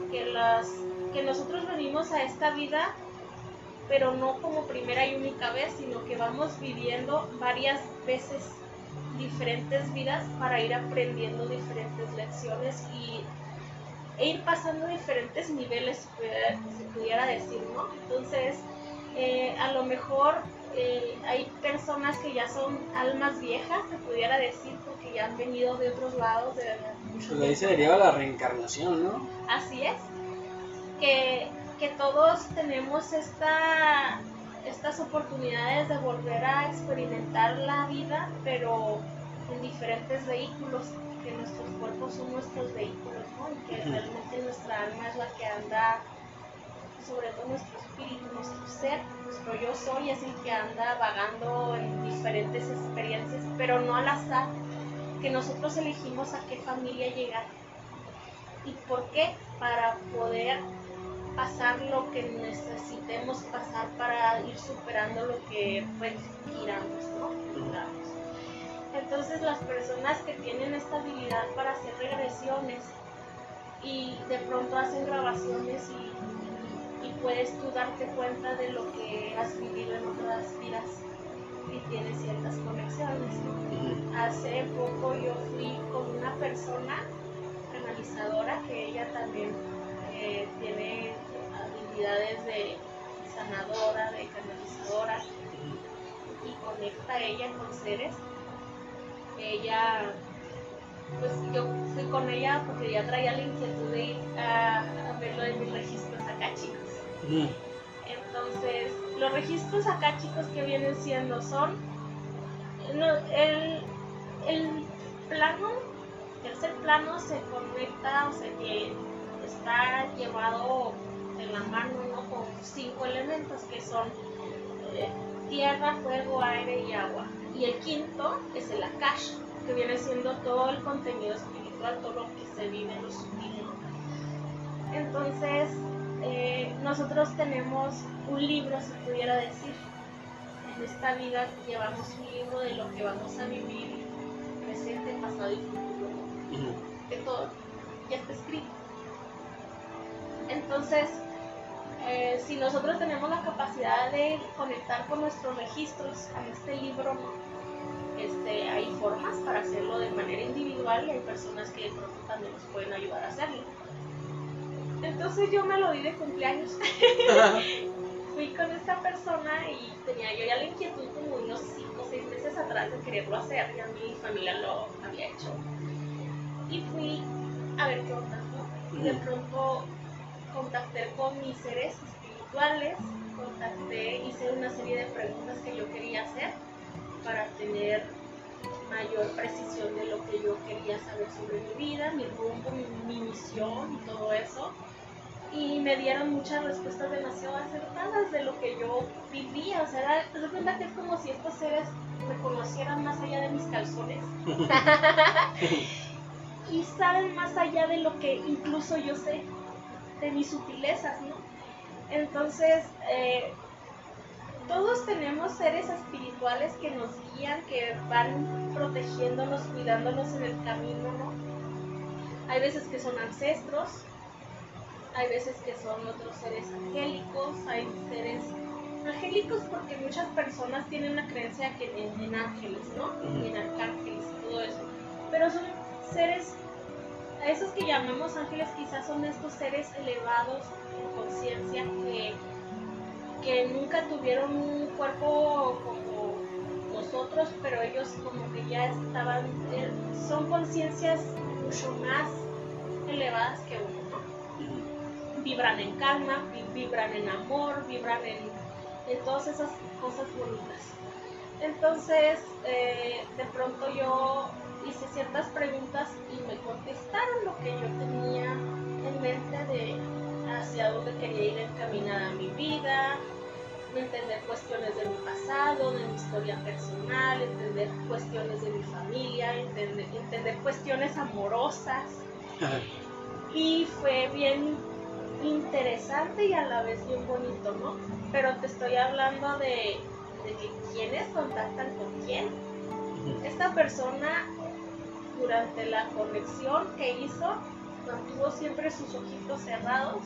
que nosotros venimos a esta vida, pero no como primera y única vez, sino que vamos viviendo varias veces diferentes vidas para ir aprendiendo diferentes lecciones e ir pasando diferentes niveles, se pudiera decir, ¿no? Entonces, a lo mejor hay personas que ya son almas viejas, se pudiera decir, porque ya han venido de otros lados. Pues de ahí se deriva la reencarnación, ¿no? Así es, que todos tenemos estas oportunidades de volver a experimentar la vida, pero en diferentes vehículos, que nuestros cuerpos son nuestros vehículos, ¿no? Y que realmente nuestra alma es la que anda, sobre todo nuestro espíritu, nuestro ser, nuestro yo soy es el que anda vagando en diferentes experiencias, pero no al azar, que nosotros elegimos a qué familia llegar. ¿Y por qué? Para poder pasar lo que necesitemos pasar para ir superando lo que pues giramos, ¿no? Entonces las personas que tienen esta habilidad para hacer regresiones y de pronto hacen grabaciones y puedes tú darte cuenta de lo que has vivido en otras vidas y tienes ciertas conexiones, ¿no? Hace poco yo fui con una persona canalizadora que ella también tiene habilidades de sanadora, de canalizadora, y conecta ella con seres. Ella, pues yo fui con ella porque ya traía la inquietud de ir a verlo en mis registros acá, chicos. Entonces, los registros acá, chicos, que vienen siendo son el plano, tercer plano se conecta, o sea que está llevado de la mano, ¿no? Con 5 elementos que son tierra, fuego, aire y agua. Y el quinto es el Akash, que viene siendo todo el contenido espiritual, todo lo que se vive en lo sutil, ¿no? Entonces, nosotros tenemos un libro, se pudiera decir. En esta vida llevamos un libro de lo que vamos a vivir, presente, pasado y futuro, que todo ya está escrito. Entonces, si nosotros tenemos la capacidad de conectar con nuestros registros a este libro, hay formas para hacerlo de manera individual y hay personas que de pronto también nos pueden ayudar a hacerlo. Entonces yo me lo di de cumpleaños. Fui con esta persona y tenía yo ya la inquietud como unos 5 o 6 meses atrás de quererlo hacer, ya mi familia lo había hecho. Y fui a ver qué onda, ¿no? De pronto contacté con mis seres espirituales, hice una serie de preguntas que yo quería hacer para tener mayor precisión de lo que yo quería saber sobre mi vida, mi rumbo, mi misión y todo eso. Y me dieron muchas respuestas demasiado acertadas de lo que yo vivía. O sea, te das cuenta que es como si estos seres me conocieran más allá de mis calzones. Y saben más allá de lo que incluso yo sé, de mis sutilezas, ¿no? Entonces, todos tenemos seres espirituales que nos guían, que van protegiéndonos, cuidándonos en el camino, ¿no? Hay veces que son ancestros, hay veces que son otros seres angélicos, hay seres angélicos porque muchas personas tienen una creencia en ángeles, ¿no? Y en arcángeles y todo eso. Pero son seres, a esos que llamamos ángeles quizás son estos seres elevados en conciencia que nunca tuvieron un cuerpo como nosotros, pero ellos como que ya estaban, son conciencias mucho más elevadas que uno, ¿no? Vibran en calma, vibran en amor, vibran en todas esas cosas bonitas. Entonces, de pronto yo hice ciertas preguntas y me contestaron lo que yo tenía en mente de hacia dónde quería ir encaminada mi vida, entender cuestiones de mi pasado, de mi historia personal, entender cuestiones de mi familia, entender cuestiones amorosas. Y fue bien interesante y a la vez bien bonito, ¿no? Pero te estoy hablando de de que quiénes contactan con quién. Esta persona, durante la conexión que hizo, mantuvo siempre sus ojitos cerrados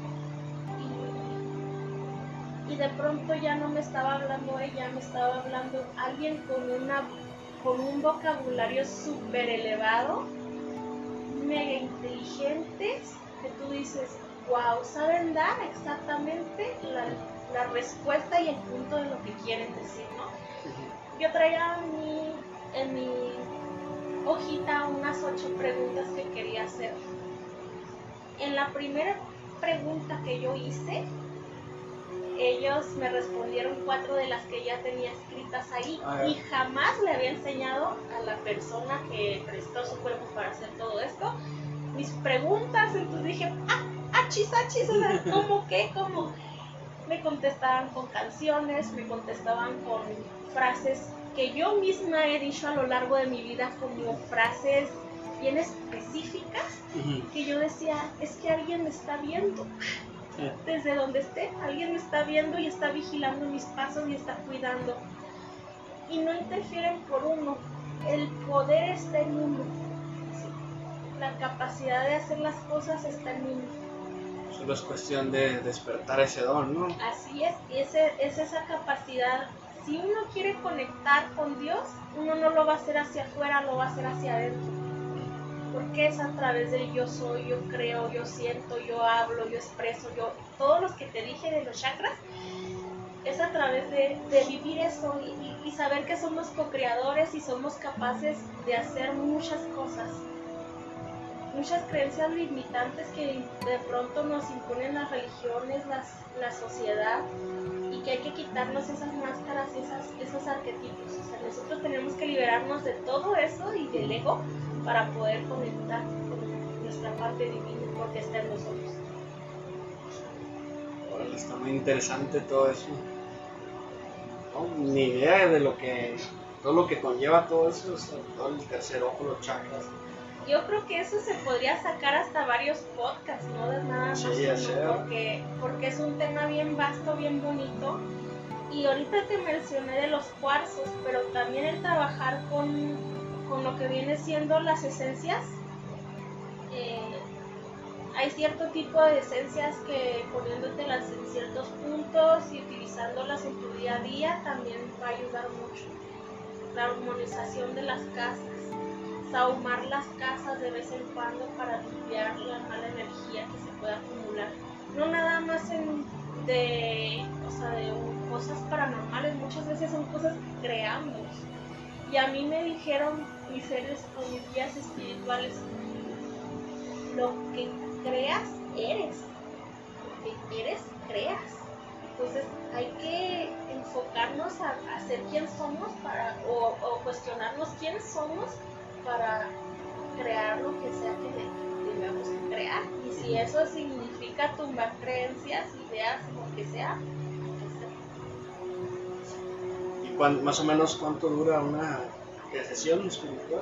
y de pronto ya no me estaba hablando ella, me estaba hablando alguien con un vocabulario súper elevado, mega inteligentes, que tú dices, wow, saben dar exactamente la respuesta y el punto de lo que quieren decir, ¿no? Yo traía en mi hojita unas 8 preguntas que quería hacer. En la primera pregunta que yo hice, ellos me respondieron 4 de las que ya tenía escritas ahí y jamás le había enseñado a la persona que prestó su cuerpo para hacer todo esto mis preguntas. Entonces dije, achis, o sea, ¿cómo? Me contestaban con canciones, me contestaban con frases que yo misma he dicho a lo largo de mi vida, como frases bien específicas, que yo decía, es que alguien me está viendo. Desde donde esté, alguien me está viendo y está vigilando mis pasos y está cuidando. Y no interfieren por uno. El poder está en uno. ¿Sí? La capacidad de hacer las cosas está en uno. Solo es cuestión de despertar ese don, ¿no? Así es, es esa capacidad. Si uno quiere conectar con Dios, uno no lo va a hacer hacia afuera, lo va a hacer hacia adentro. Porque es a través del yo soy, yo creo, yo siento, yo hablo, yo expreso, todos los que te dije de los chakras, es a través de vivir eso y saber que somos co-creadores y somos capaces de hacer muchas cosas. Muchas creencias limitantes que de pronto nos imponen las religiones, la sociedad, y que hay que quitarnos esas máscaras, esos arquetipos. O sea, nosotros tenemos que liberarnos de todo eso y del ego para poder conectar con nuestra parte divina, porque está en nosotros. Bueno, está muy interesante todo eso. No, ni idea de todo lo que conlleva todo eso, o sea, todo el tercer ojo, los chakras. Yo creo que eso se podría sacar hasta varios podcasts, no de nada más uno, porque es un tema bien vasto, bien bonito. Y ahorita te mencioné de los cuarzos, pero también el trabajar con lo que viene siendo las esencias. Hay cierto tipo de esencias que poniéndotelas en ciertos puntos y utilizándolas en tu día a día también va a ayudar mucho. La armonización de las casas. Sahumar las casas de vez en cuando para limpiar la mala energía que se pueda acumular. No nada más de cosas paranormales, muchas veces son cosas que creamos. Y a mí me dijeron mis seres o mis guías espirituales, lo que creas, eres. Lo que eres, creas. Entonces hay que enfocarnos a ser quien somos o cuestionarnos quién somos para crear lo que sea que tengamos que crear. Y si eso significa tumbar creencias, ideas, lo que sea, ¿Y más o menos cuánto dura una sesión espiritual?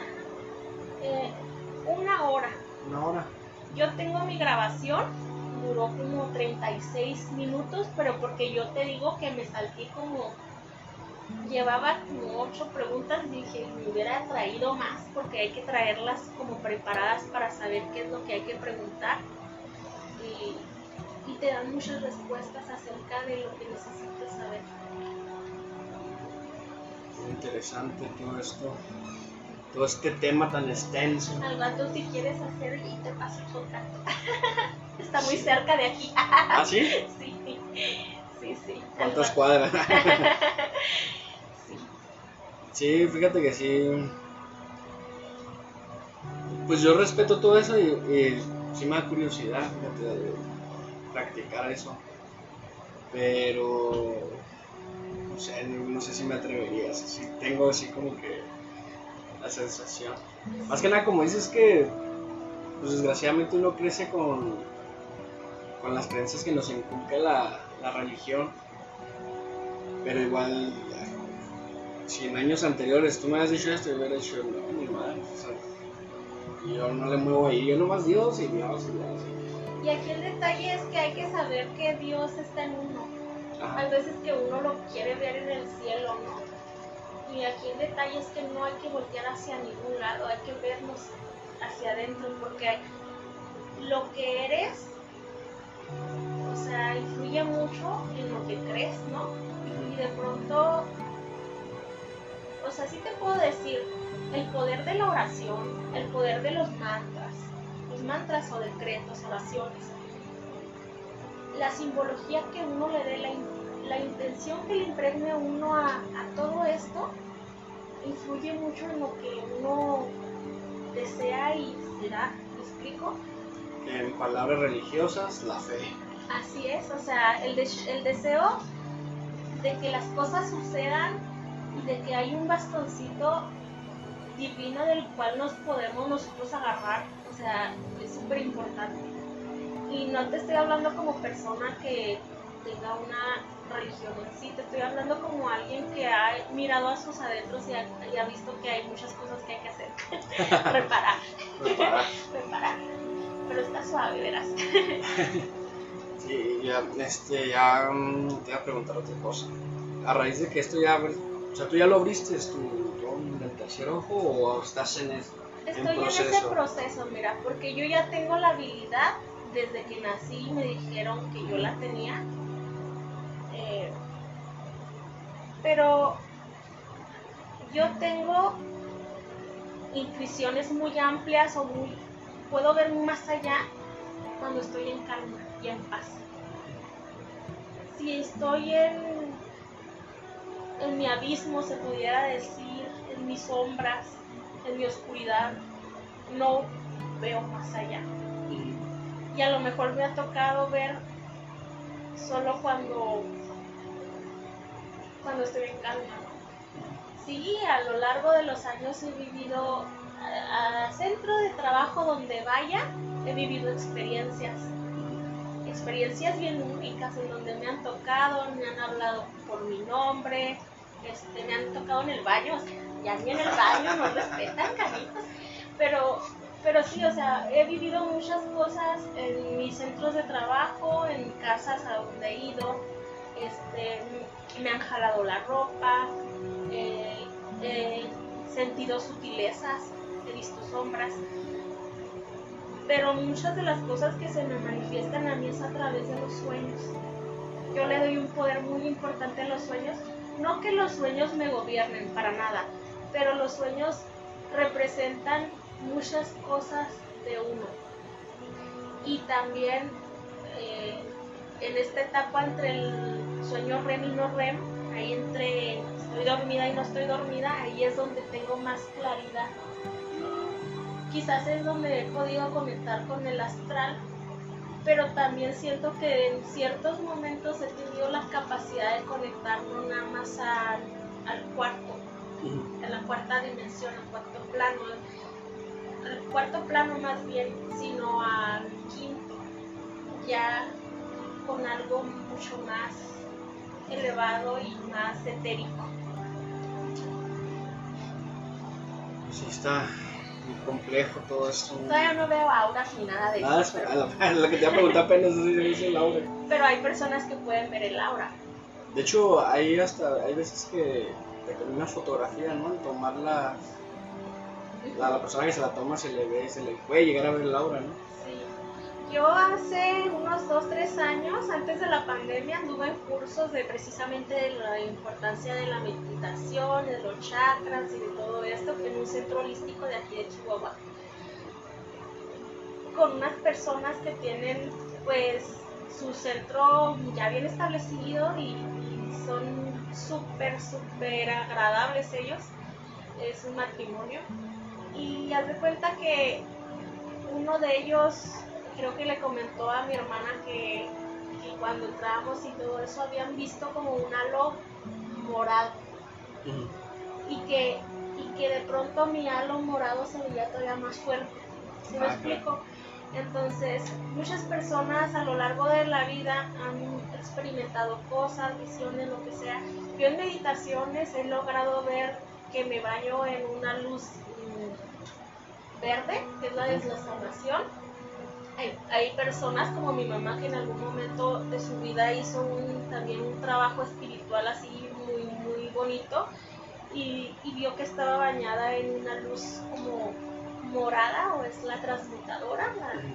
1 hora. 1 hora. Yo tengo mi grabación, duró como 36 minutos, pero porque yo te digo que me salté llevaba como 8 preguntas y dije, me hubiera traído más porque hay que traerlas como preparadas para saber qué es lo que hay que preguntar y te dan muchas respuestas acerca de lo que necesitas saber. Muy interesante todo esto, todo este tema tan extenso. Al rato si quieres hacer y te paso el contacto. Está muy cerca de aquí. ¿Ah, sí? Sí. ¿Cuántas cuadras? Sí, fíjate que sí. Pues yo respeto todo eso y sí me da curiosidad, fíjate, de practicar eso. Pero no sé si me atrevería, si tengo así como que la sensación. Más que nada, como dices que pues desgraciadamente uno crece con las creencias que nos inculca la religión, pero igual 100 años anteriores tú me has dicho esto y me hubiera dicho no, mi madre, o sea, yo no le muevo ahí, yo nomás Dios y Dios. Y aquí el detalle es que hay que saber que Dios está en uno. Hay veces que uno lo quiere ver en el cielo, ¿no? Y aquí el detalle es que no hay que voltear hacia ningún lado, hay que vernos hacia adentro, porque lo que eres, o sea, influye mucho en lo que crees, ¿no? Y de pronto, o sea, sí te puedo decir, el poder de la oración, el poder de los mantras o decretos, oraciones, la simbología que uno le dé, la intención que le impregne uno a todo esto, influye mucho en lo que uno desea y será. ¿Me explico? En palabras religiosas, la fe. Así es, o sea, el deseo de que las cosas sucedan y de que hay un bastoncito divino del cual nos podemos nosotros agarrar, o sea, es súper importante. Y no te estoy hablando como persona que tenga una religión en sí, te estoy hablando como alguien que ha mirado a sus adentros y ha visto que hay muchas cosas que hay que hacer. Reparar. Pero está suave, verás. Sí, ya, te iba a preguntar otra cosa. A raíz de que esto ya, o sea, ¿tú ya lo abriste tu don del tercer ojo o estás en ese Estoy en ese proceso, mira, porque yo ya tengo la habilidad desde que nací, me dijeron que yo la tenía, pero yo tengo intuiciones muy amplias puedo ver más allá cuando estoy en calma y en paz. Si estoy en mi abismo, se pudiera decir, en mis sombras, en mi oscuridad, no veo más allá. Y a lo mejor me ha tocado ver solo cuando estoy en calma. Sí, a lo largo de los años he vivido, a centro de trabajo donde vaya, he vivido experiencias bien únicas en donde me han tocado, me han hablado por mi nombre, me han tocado en el baño, o sea, ya ni en el baño nos respetan, caritos, pero sí, o sea, he vivido muchas cosas en mis centros de trabajo, en casas a donde he ido, me han jalado la ropa, he sentido sutilezas, he visto sombras, pero muchas de las cosas que se me manifiestan a mí es a través de los sueños. Yo le doy un poder muy importante a los sueños, no que los sueños me gobiernen para nada, pero los sueños representan muchas cosas de uno. Y también en esta etapa entre el sueño REM y no REM, ahí entre estoy dormida y no estoy dormida, ahí es donde tengo más claridad. Quizás es donde he podido conectar con el astral, pero también siento que en ciertos momentos he tenido la capacidad de conectar no nada más al cuarto, a la cuarta dimensión, al cuarto plano más bien, sino al quinto, ya con algo mucho más elevado y más etérico. Sí, está muy complejo todo esto. Todavía no veo auras ni nada de eso. Lo que te iba a preguntar apenas es el aura. Pero hay personas que pueden ver el aura. De hecho, hay veces que una fotografía, ¿no? Al tomarla, la persona que se la toma se le puede llegar a ver el aura, ¿no? Sí. Yo hace unos 2-3 años, antes de la pandemia, anduve en cursos de precisamente de la importancia de la meditación, de los chakras y de todo esto, en un centro holístico de aquí de Chihuahua, con unas personas que tienen pues su centro ya bien establecido y son súper agradables ellos, es un matrimonio, y haz de cuenta que uno de ellos creo que le comentó a mi hermana que cuando entramos y todo eso habían visto como un halo morado. Y que de pronto mi halo morado se veía todavía más fuerte. ¿Sí me explico? Entonces, muchas personas a lo largo de la vida han experimentado cosas, visiones, lo que sea. Yo en meditaciones he logrado ver que me baño en una luz verde, que es la de la sanación, Hay personas como mi mamá que en algún momento de su vida hizo también un trabajo espiritual así muy, muy bonito y vio que estaba bañada en una luz como morada, o es la transmutadora,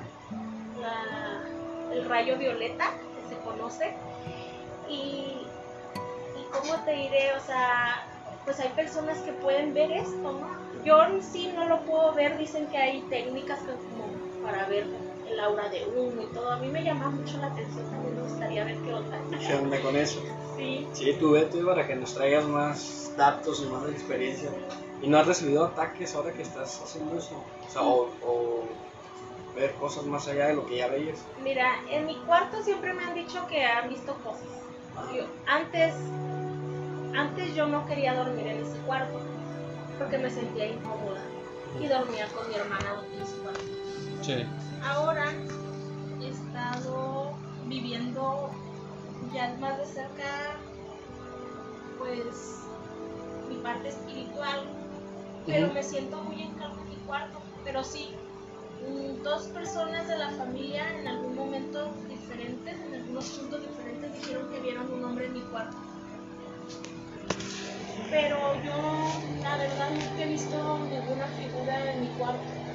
el rayo violeta que se conoce. Y cómo te diré, o sea, pues hay personas que pueden ver esto, ¿no? Yo en sí no lo puedo ver, dicen que hay técnicas como para ver el aura de uno y todo. A mí me llama mucho la atención, también me gustaría ver qué onda. ¿Qué onda con eso? Sí. Sí, tú vete para que nos traigas más datos y más experiencia. ¿Y no has recibido ataques ahora que estás haciendo eso? O sea, o ver cosas más allá de lo que ya veías. Mira, en mi cuarto siempre me han dicho que han visto cosas. Antes yo no quería dormir en ese cuarto porque me sentía incómoda y dormía con mi hermana en su cuarto. Sí. Ahora he estado viviendo ya más de cerca, pues, mi parte espiritual, pero me siento muy en calma en mi cuarto. Pero sí, 2 personas de la familia en algún momento diferentes, en algunos puntos diferentes, dijeron que vieron un hombre en mi cuarto. Pero yo, la verdad, nunca he visto ninguna figura en mi cuarto.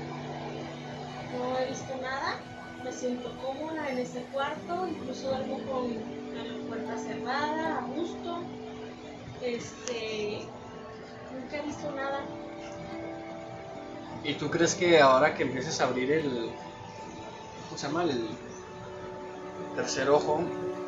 No he visto nada. Me siento cómoda en ese cuarto, incluso duermo con la puerta cerrada, a gusto. Nunca he visto nada. ¿Y tú crees que ahora que empieces a abrir el, ¿cómo se llama? El tercer ojo,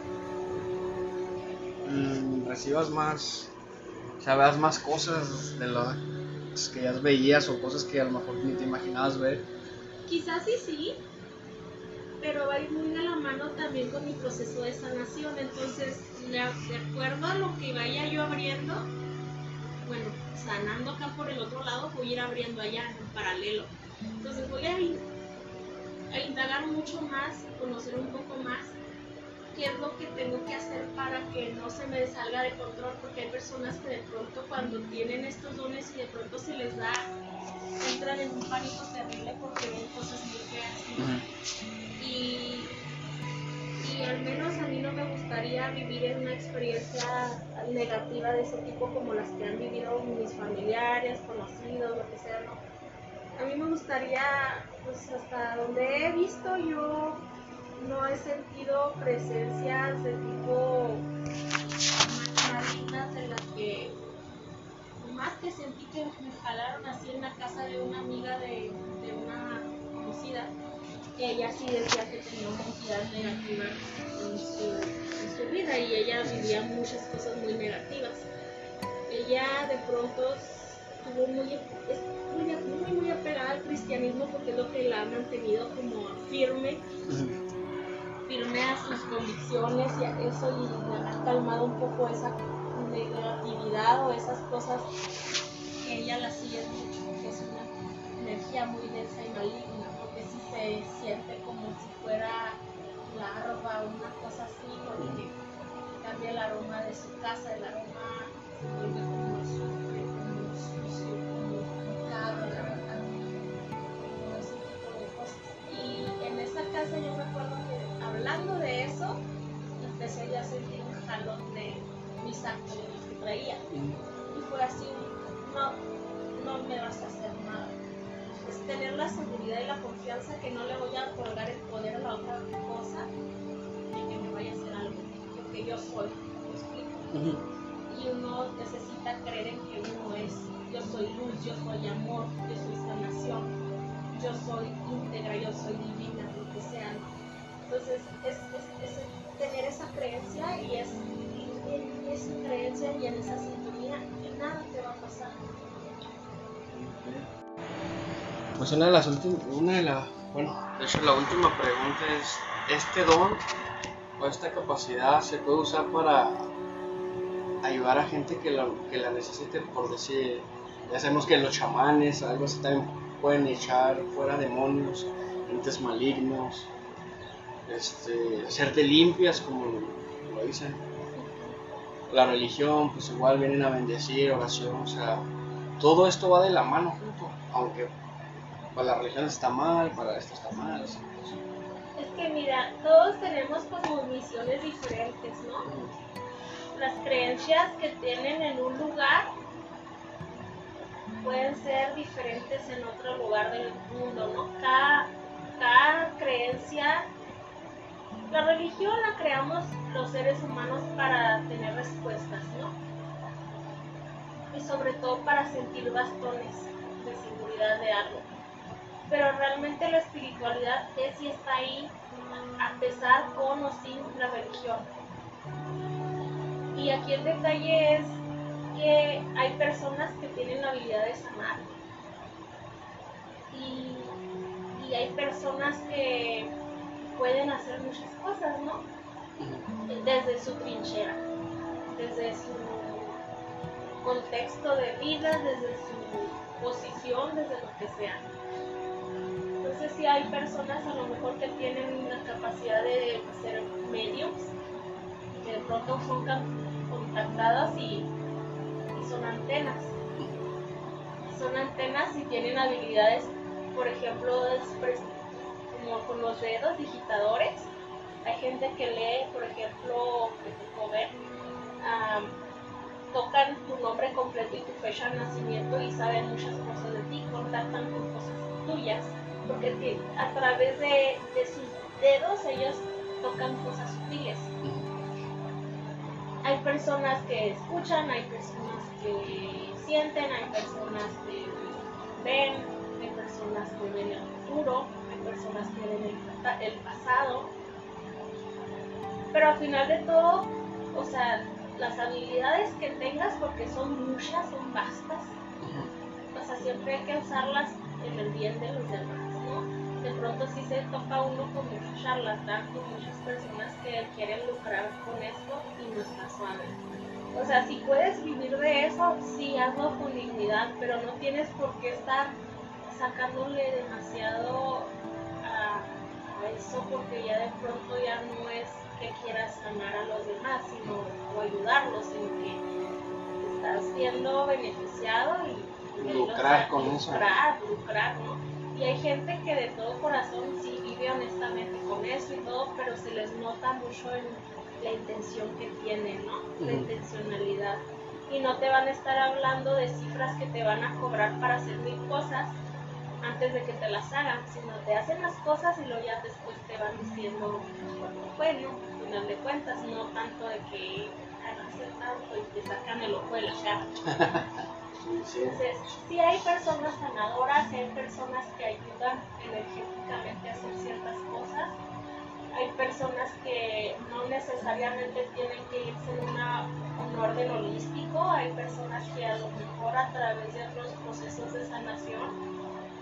recibas más, o sea, veas más cosas de las que ya veías o cosas que a lo mejor ni te imaginabas ver? Quizás sí, pero va a ir muy de la mano también con mi proceso de sanación. Entonces, de acuerdo a lo que vaya yo abriendo, bueno, sanando acá por el otro lado, voy a ir abriendo allá en paralelo. Entonces voy a indagar mucho más, conocer un poco más qué es lo que tengo que hacer para que no se me salga de control, porque hay personas que de pronto cuando tienen estos dones y de pronto se les da, entran en un pánico terrible porque ven cosas muy feas. Y al menos a mí no me gustaría vivir en una experiencia negativa de ese tipo como las que han vivido mis familiares, conocidos, lo que sea, ¿no? A mí me gustaría, pues hasta donde he visto, yo no he sentido presencias de tipo malignas en las que, más que sentí que me jalaron así en la casa de una amiga de una conocida, que ella sí decía que tenía una entidad negativa en su vida y ella vivía muchas cosas muy negativas. Ella de pronto estuvo muy apegada al cristianismo porque es lo que la ha mantenido como firme a sus convicciones y a eso, y le ha calmado un poco esa negatividad o esas cosas que ella la sigue mucho, que es una energía muy densa y maligna, porque sí se siente como si fuera larva o una cosa así, porque cambia el aroma de su casa, el aroma se vuelve como azufre, como sucio, como picado, la verdad, como ese tipo de cosas. Y en esa casa yo me acuerdo que hablando de eso, empecé ya a sentir un jalón de mis actos que traía. Y fue así, no me vas a hacer nada. Es tener la seguridad y la confianza que no le voy a otorgar el poder a la otra cosa de que me vaya a hacer algo, porque yo soy, ¿me explico? Y uno necesita creer en que uno es, yo soy luz, yo soy amor, yo soy sanación, yo soy íntegra, yo soy divina, lo que sea, ¿no? Entonces es tener esa creencia y es en esa creencia y en esa sintonía que nada te va a pasar. Pues de hecho la última pregunta es, ¿este don o esta capacidad se puede usar para ayudar a gente que la necesite? Por decir, ya sabemos que los chamanes, algo así, también pueden echar fuera demonios, entes malignos, hacerte limpias, como lo dicen. La religión, pues igual vienen a bendecir, oración, o sea, todo esto va de la mano junto, aunque para la religión está mal, para esto está mal, así, pues. Es que mira, todos tenemos como misiones diferentes, ¿no? Las creencias que tienen en un lugar pueden ser diferentes en otro lugar del mundo, ¿no? Cada creencia, la religión la creamos los seres humanos para tener respuestas, ¿no? Y sobre todo para sentir bastones de seguridad de algo. Pero realmente la espiritualidad es y está ahí a pesar con o sin la religión. Y aquí el detalle es que hay personas que tienen la habilidad de sanar y hay personas que pueden hacer muchas cosas, ¿no? Desde su trinchera, desde su contexto de vida, desde su posición, desde lo que sea. Entonces sí hay personas a lo mejor que tienen la capacidad de ser mediums, que de pronto son contactadas y son antenas. Son antenas y tienen habilidades, por ejemplo, como con los dedos digitadores. Hay gente que lee, por ejemplo, que tocó ver, tocan tu nombre completo y tu fecha de nacimiento y saben muchas cosas de ti, contactan con cosas tuyas, porque a través de sus dedos ellos tocan cosas sutiles. Hay personas que escuchan, hay personas que sienten, hay personas que ven, hay personas que ven el futuro, hay personas que ven el pasado. Pero al final de todo, o sea, las habilidades que tengas, porque son muchas, son vastas, o sea, siempre hay que usarlas en el bien de los demás, ¿no? De pronto sí se topa uno con mucho charlatán, con muchas personas que quieren lucrar con esto y no está suave. O sea, si puedes vivir de eso, sí, hazlo con dignidad, pero no tienes por qué estar sacándole demasiado a eso, porque ya de pronto ya no es que quieras sanar a los demás, sino o ayudarlos, sino que te estás siendo beneficiado y lucrar con eso. Lucrar, ¿no? Y hay gente que de todo corazón sí vive honestamente con eso y todo, pero se les nota mucho en la intención que tienen, ¿no? La intencionalidad. Y no te van a estar hablando de cifras que te van a cobrar para hacer 1000 cosas antes de que te las hagan, sino te hacen las cosas y luego ya después te van diciendo cuánto fue, ¿no? Al final de cuentas, no tanto de que hacer tanto y te sacan el ojo de la cara. Entonces, sí hay personas sanadoras, hay personas que ayudan energéticamente a hacer ciertas cosas, hay personas que no necesariamente tienen que irse en un orden holístico, hay personas que a lo mejor a través de otros procesos de sanación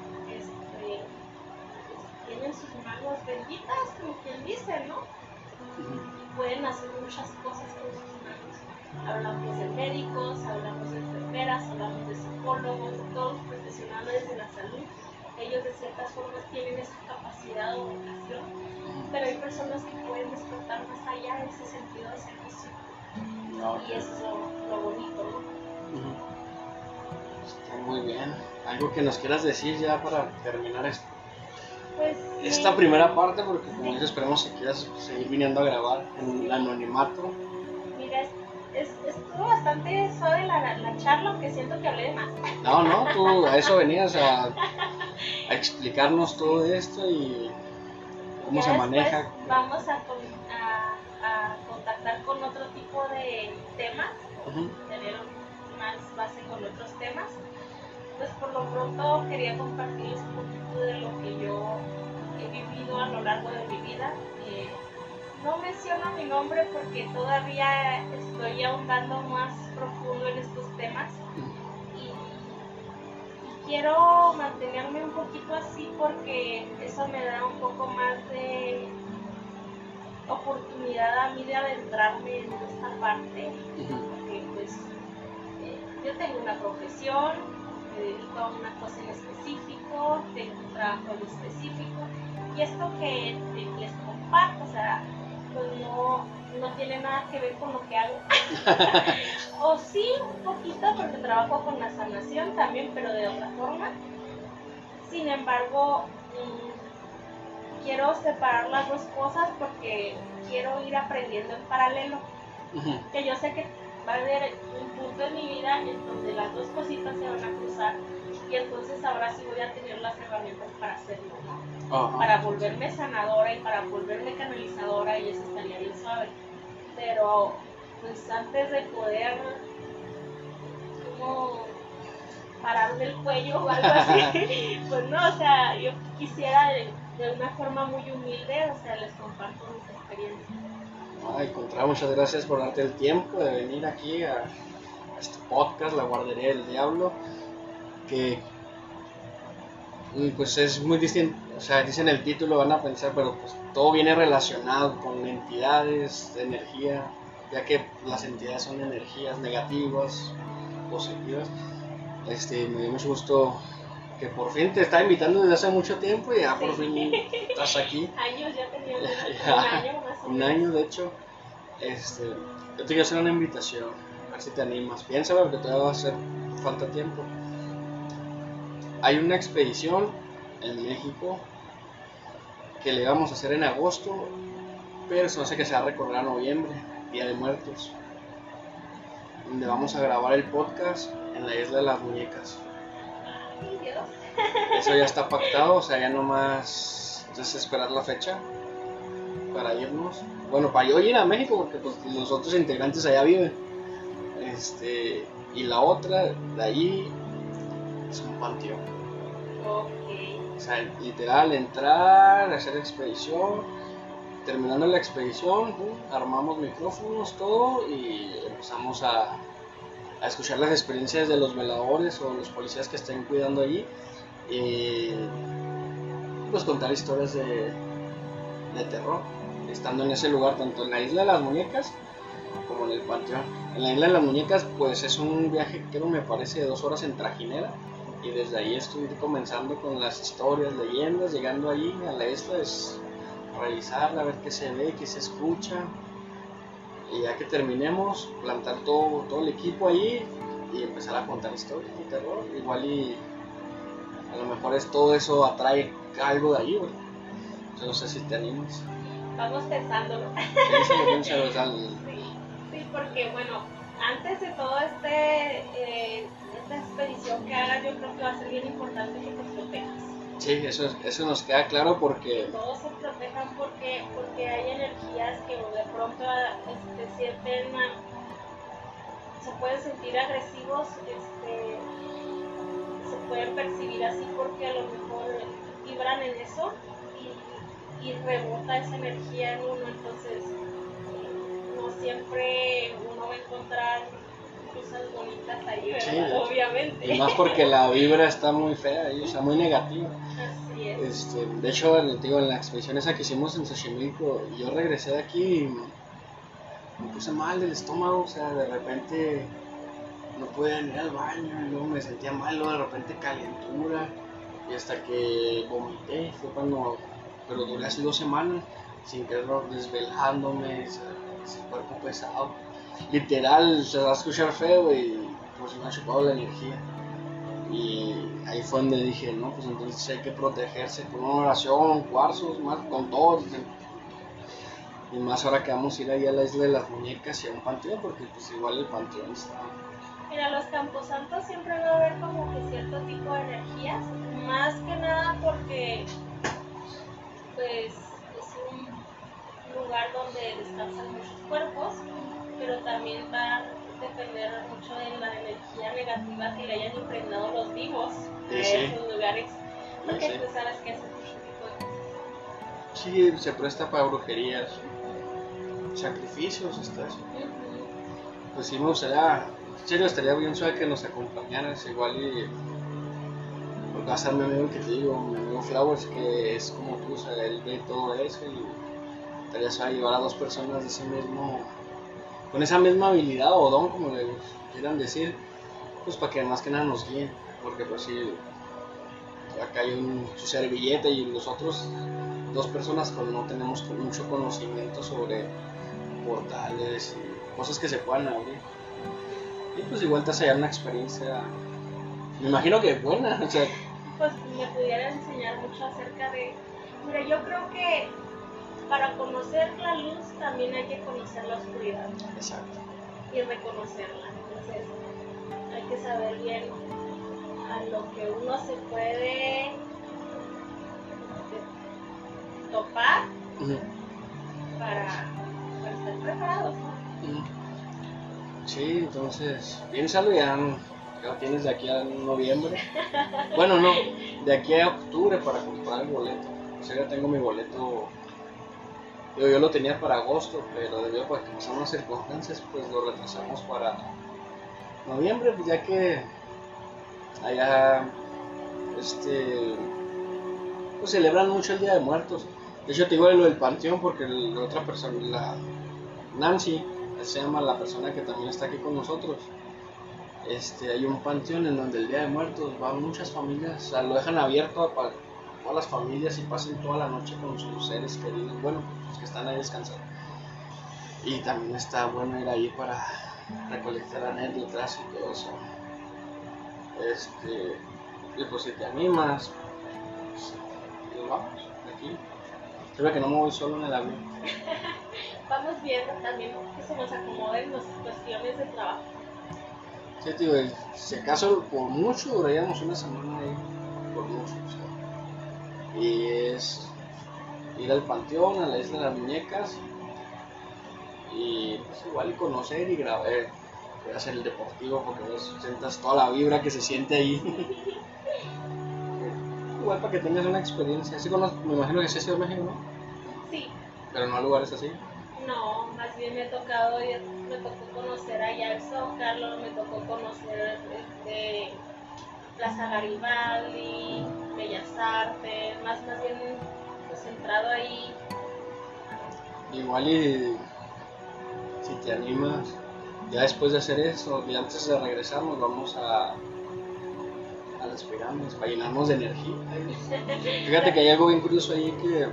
tienen sus manos benditas, como quien dice, ¿no? Y pueden hacer muchas cosas con sus manos. Hablamos de médicos, hablamos de enfermeras, hablamos de psicólogos, de todos los profesionales de la salud. Ellos de ciertas formas tienen esa capacidad o vocación, pero hay personas que pueden despertar más allá de ese sentido de servicio. Y eso es lo bonito, ¿no? Está muy bien. ¿Algo que nos quieras decir ya para terminar esto? Pues, esta primera parte, porque como dices, esperemos que quieras seguir viniendo a grabar en el anonimato. Mira, estuvo bastante suave la charla, aunque siento que hablé de más. No, tú a eso venías a explicarnos todo esto y cómo se maneja. Vamos a contactar con otro tipo de temas, tener más base con otros temas. Pues por lo pronto quería compartirles un poquito de lo que yo he vivido a lo largo de mi vida. No menciono mi nombre porque todavía estoy ahondando más profundo en estos temas y quiero mantenerme un poquito así porque eso me da un poco más de oportunidad a mí de adentrarme en esta parte, porque pues yo tengo una profesión, me dedico a una cosa en específico, tengo un trabajo en específico y esto que les comparto, o sea, pues no tiene nada que ver con lo que hago. O sí, un poquito, porque trabajo con la sanación también, pero de otra forma. Sin embargo, quiero separar las dos cosas porque quiero ir aprendiendo en paralelo. Que yo sé que va a haber un punto en mi vida en donde las dos cositas se van a cruzar y entonces ahora sí voy a tener las herramientas para hacerlo, ¿no? Para volverme sanadora y para volverme canalizadora, y eso estaría bien suave. Pero pues antes de poder como pararme el cuello o algo así, pues no, o sea, yo quisiera de una forma muy humilde, o sea, les comparto mis experiencias. Al contrario, muchas gracias por darte el tiempo de venir aquí a este podcast, La Guardería del Diablo, que pues es muy distinto, o sea, dicen el título, van a pensar, pero pues todo viene relacionado con entidades de energía, ya que las entidades son energías negativas, positivas. Me dio mucho gusto que por fin te estaba invitando desde hace mucho tiempo y ya por fin estás aquí. Años, ya tenía un año de hecho. Yo te quiero hacer una invitación, a ver si te animas. Piénsalo porque todavía va a hacer falta tiempo. Hay una expedición en México que le vamos a hacer en agosto, pero se hace que se va a recorrer a noviembre, Día de Muertos, donde vamos a grabar el podcast en la Isla de las Muñecas. Ay, Dios. Eso ya está pactado, o sea, ya nomás es esperar la fecha para irnos. Bueno, para yo ir a México, porque pues los otros integrantes allá viven. Y la otra, de ahí, es un panteón. Okay. O sea, literal, entrar, hacer expedición. Terminando la expedición, armamos micrófonos, todo, y empezamos a escuchar las experiencias de los veladores o los policías que estén cuidando allí. Y pues contar historias de terror, estando en ese lugar, tanto en la Isla de las Muñecas como en el panteón. En la Isla de las Muñecas pues es un viaje que me parece de 2 horas en trajinera, y desde ahí estoy comenzando con las historias, leyendas. Llegando allí a la isla es revisarla, ver qué se ve, qué se escucha, y ya que terminemos, plantar todo el equipo allí y empezar a contar historias de terror. Igual y a lo mejor todo eso atrae algo de allí, ¿verdad? Yo no sé si te animas. Vamos pensándolo. Piénsalo, Sí, porque bueno, antes de todo esta expedición que hagas, yo creo que va a ser bien importante que te protejas. Sí, eso nos queda claro, porque todos se protejan porque hay energías que de pronto sienten, se pueden sentir agresivos, se pueden percibir así porque a lo mejor vibran en eso y rebota esa energía en uno. Entonces no siempre uno va a encontrar cosas bonitas ahí, ¿verdad? Sí, obviamente. Y más porque la vibra está muy fea ahí, o sea, muy negativa. Así es. De hecho, en la expedición esa que hicimos en Xochimilco, yo regresé de aquí y me puse mal del estómago, o sea, de repente no podía ir al baño, y luego me sentía mal, luego de repente calentura, y hasta que vomité, fue cuando, pero duré así 2 semanas, sin querer, desvelándome, ese cuerpo pesado. Literal, se va a escuchar feo y pues me ha chupado la energía. Y ahí fue donde dije, no, pues entonces hay que protegerse con una oración, cuarzos, más con todo. Y más ahora que vamos a ir ahí a la Isla de las Muñecas y a un panteón, porque pues igual el panteón está... Mira, los camposantos siempre va a haber como que cierto tipo de energías, más que nada porque pues es un lugar donde descansan muchos cuerpos, pero también va a depender mucho de la energía negativa que le hayan impregnado los vivos a esos lugares, porque tú sabes que hacen mucho tipo de cosas. Sí, se presta para brujerías, sacrificios, hasta eso. Pues sí, me gustaría, en serio, estaría bien suave que nos acompañaras, igual y... Porque va a ser mi amigo que te digo, mi amigo Flowers, que es como tú, o sea, él ve todo eso, y estaría suave llevar a 2 personas de ese mismo... con esa misma habilidad o don, como le quieran decir, pues para que más que nada nos guíen, porque pues sí, acá hay su servilleta y nosotros 2 personas pues no tenemos mucho conocimiento sobre portales y cosas que se puedan abrir, y pues igual te hace una experiencia, me imagino que buena, o sea, pues me pudiera enseñar mucho acerca de Mira, yo creo que para conocer la luz también hay que conocer la oscuridad. Exacto. Y reconocerla. Entonces, hay que saber bien a lo que uno se puede topar para estar preparados, ¿no? Sí, entonces, piénsalo, ya lo tienes de aquí a noviembre. Bueno, no, de aquí a octubre para comprar el boleto. O sea, ya tengo mi boleto. Yo lo tenía para agosto, pero debido a que pasaron las circunstancias, pues lo retrasamos para noviembre, pues ya que allá pues celebran mucho el Día de Muertos. De hecho te digo lo del panteón porque la otra persona, la Nancy, se llama la persona que también está aquí con nosotros. Hay un panteón en donde el Día de Muertos van muchas familias, o sea, lo dejan abierto para todas las familias y pasen toda la noche con sus seres queridos, bueno, los que están ahí descansando. Y también está bueno ir ahí para recolectar anécdotas y todo eso. Y pues si te animas, pues vamos, aquí. Creo que no me voy solo en el avión. Vamos viendo también que se nos acomoden las cuestiones de trabajo. Sí, tío, si acaso por mucho duraríamos una semana ahí, por mucho, o sea. Y es ir al panteón, a la isla de las muñecas, y pues igual conocer y grabar, hacer el deportivo porque sientas toda la vibra que se siente ahí. Igual para que tengas una experiencia. ¿Sí me imagino que sí ha sido México, ¿no? Sí. Pero no a lugares así. No, más bien me tocó conocer allá el Zócalo, me tocó conocer Plaza Garibaldi, Bellas Artes, más bien pues centrado ahí. Igual y si te animas, ya después de hacer eso, y antes de regresar nos vamos a las pirámides para llenarnos de energía. Fíjate que hay algo bien curioso ahí, que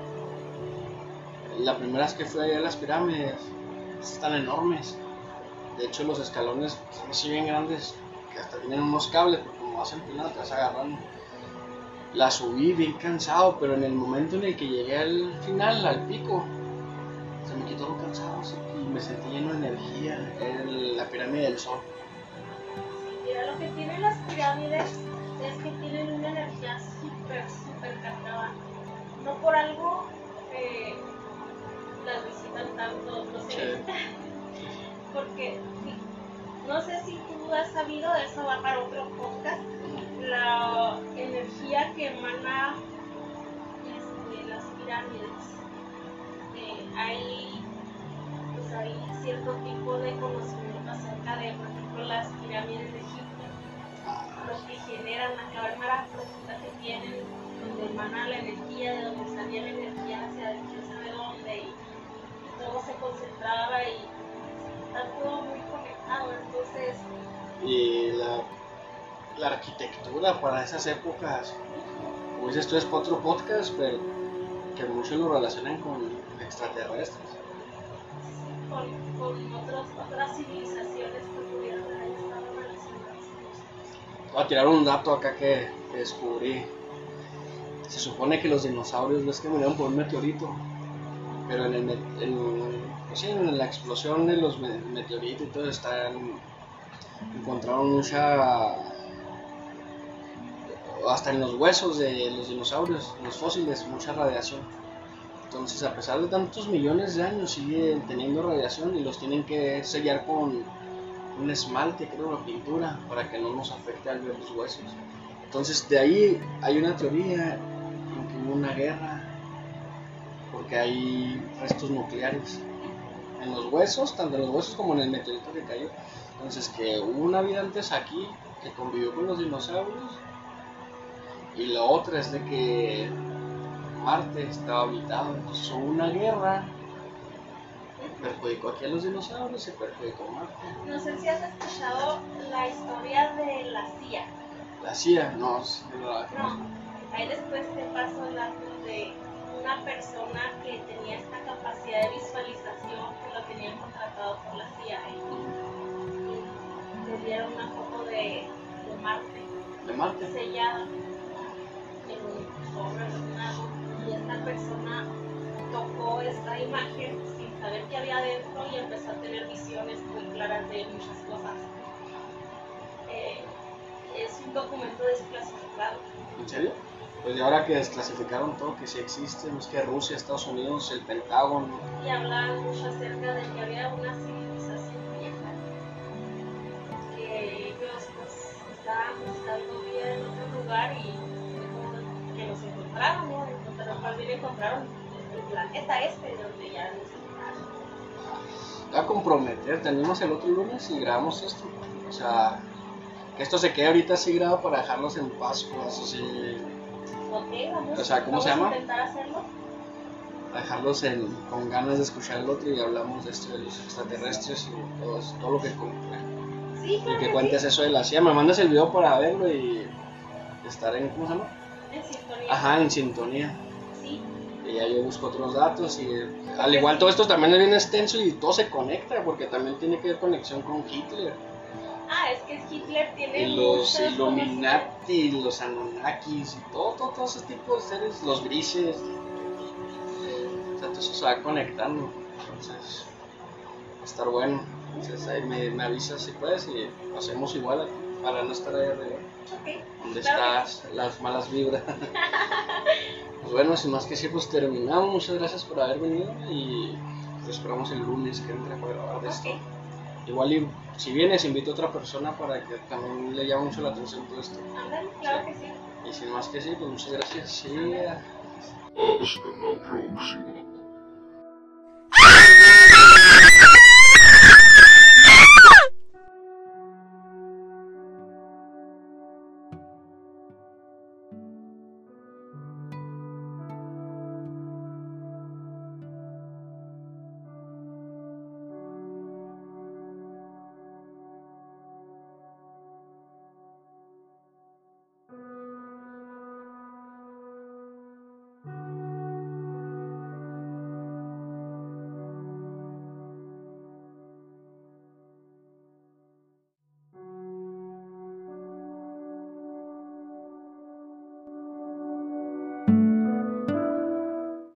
la primera vez que fui allá a las pirámides están enormes. De hecho los escalones son así bien grandes que hasta tienen unos cables, porque como vas empinado te vas agarrando. La subí bien cansado, pero en el momento en el que llegué al final, al pico, se me quitó lo cansado y me sentí lleno de energía. En la pirámide del Sol. Mira, lo que tienen las pirámides es que tienen una energía súper cargada. No por algo las visitan tanto los seres. Porque no sé si tú has sabido, eso va para otro podcast, la energía que emana las pirámides. Hay cierto tipo de conocimiento acerca de, por ejemplo, las pirámides de Egipto, lo que generan, la cámara profunda que tienen, donde emana la energía, de donde salía la energía hacia quién sabe dónde, y todo se concentraba y está todo muy conectado. Entonces, y la arquitectura para esas épocas, como dices tú, es para otro podcast, pero que muchos lo relacionan con extraterrestres. Con otras civilizaciones que pudieran haber estado relacionadas. Voy a tirar un dato acá que descubrí. Se supone que los dinosaurios, ves que murieron por un meteorito, pero en la explosión de los meteoritos y todo encontraron hasta en los huesos de los dinosaurios, en los fósiles, mucha radiación. Entonces, a pesar de tantos millones de años, siguen teniendo radiación y los tienen que sellar con un esmalte, creo, una pintura, para que no nos afecte al ver los huesos. Entonces, de ahí hay una teoría en que hubo una guerra, porque hay restos nucleares en los huesos, tanto en los huesos como en el meteorito que cayó. Entonces, que hubo una vida antes aquí que convivió con los dinosaurios, y la otra es de que Marte estaba habitado, entonces hubo una guerra, perjudicó aquí a los dinosaurios y perjudicó a Marte. No sé si has escuchado la historia de la CIA. La CIA, no. Ahí después te paso el dato de una persona que tenía esta capacidad de visualización, que lo tenían contratado por la CIA. Y le dieron una foto de Marte. ¿De Marte? Sellada en un sobre, y persona tocó esta imagen sin saber qué había dentro y empezó a tener visiones muy claras de muchas cosas. Es un documento desclasificado. ¿En serio? Pues de ahora que desclasificaron todo, que sí existe, no es que Rusia, Estados Unidos, el Pentágono. Y hablan mucho acerca de que había una civilización vieja, que ellos pues estaban buscando vida en otro lugar y que nos encontraron, ¿no? Entonces, más bien encontraron el planeta donde ya nos encontraron. A comprometer, tenemos el otro lunes y grabamos esto. O sea, que esto se quede ahorita así grabado para dejarlos en paz, pues así. Ok, vamos, O sea, ¿cómo se llama? a intentar hacerlo. Dejarlos con ganas de escuchar el otro y hablamos de esto de los extraterrestres y todo lo que cuenta. Sí, claro Y que cuentes eso de la CIA. Me mandas el video para verlo y estar en, ¿cómo se llama? En sintonía. Ajá, en sintonía. Sí. Y ya yo busco otros datos y al igual todo esto también es bien extenso y todo se conecta porque también tiene que ver conexión con Hitler. Ah, es que Hitler tiene Y los muchos Illuminati, los Anunnakis y todo ese tipo de seres, los grises. O sea, todo eso se va conectando. Entonces, va a estar bueno. Entonces ahí me avisas si puedes y lo hacemos igual aquí para no estar ahí arriba. Ok. Donde Claro. estás, las malas vibras. Pues bueno, sin más que decir, pues terminamos. Muchas gracias por haber venido y te esperamos el lunes que entre para grabar de esto. Ok. Igual y si vienes invito a otra persona para que también le llame mucho la atención todo esto. Ándale, claro que sí. Y sin más que decir, pues muchas gracias. Sí, Hasta la próxima.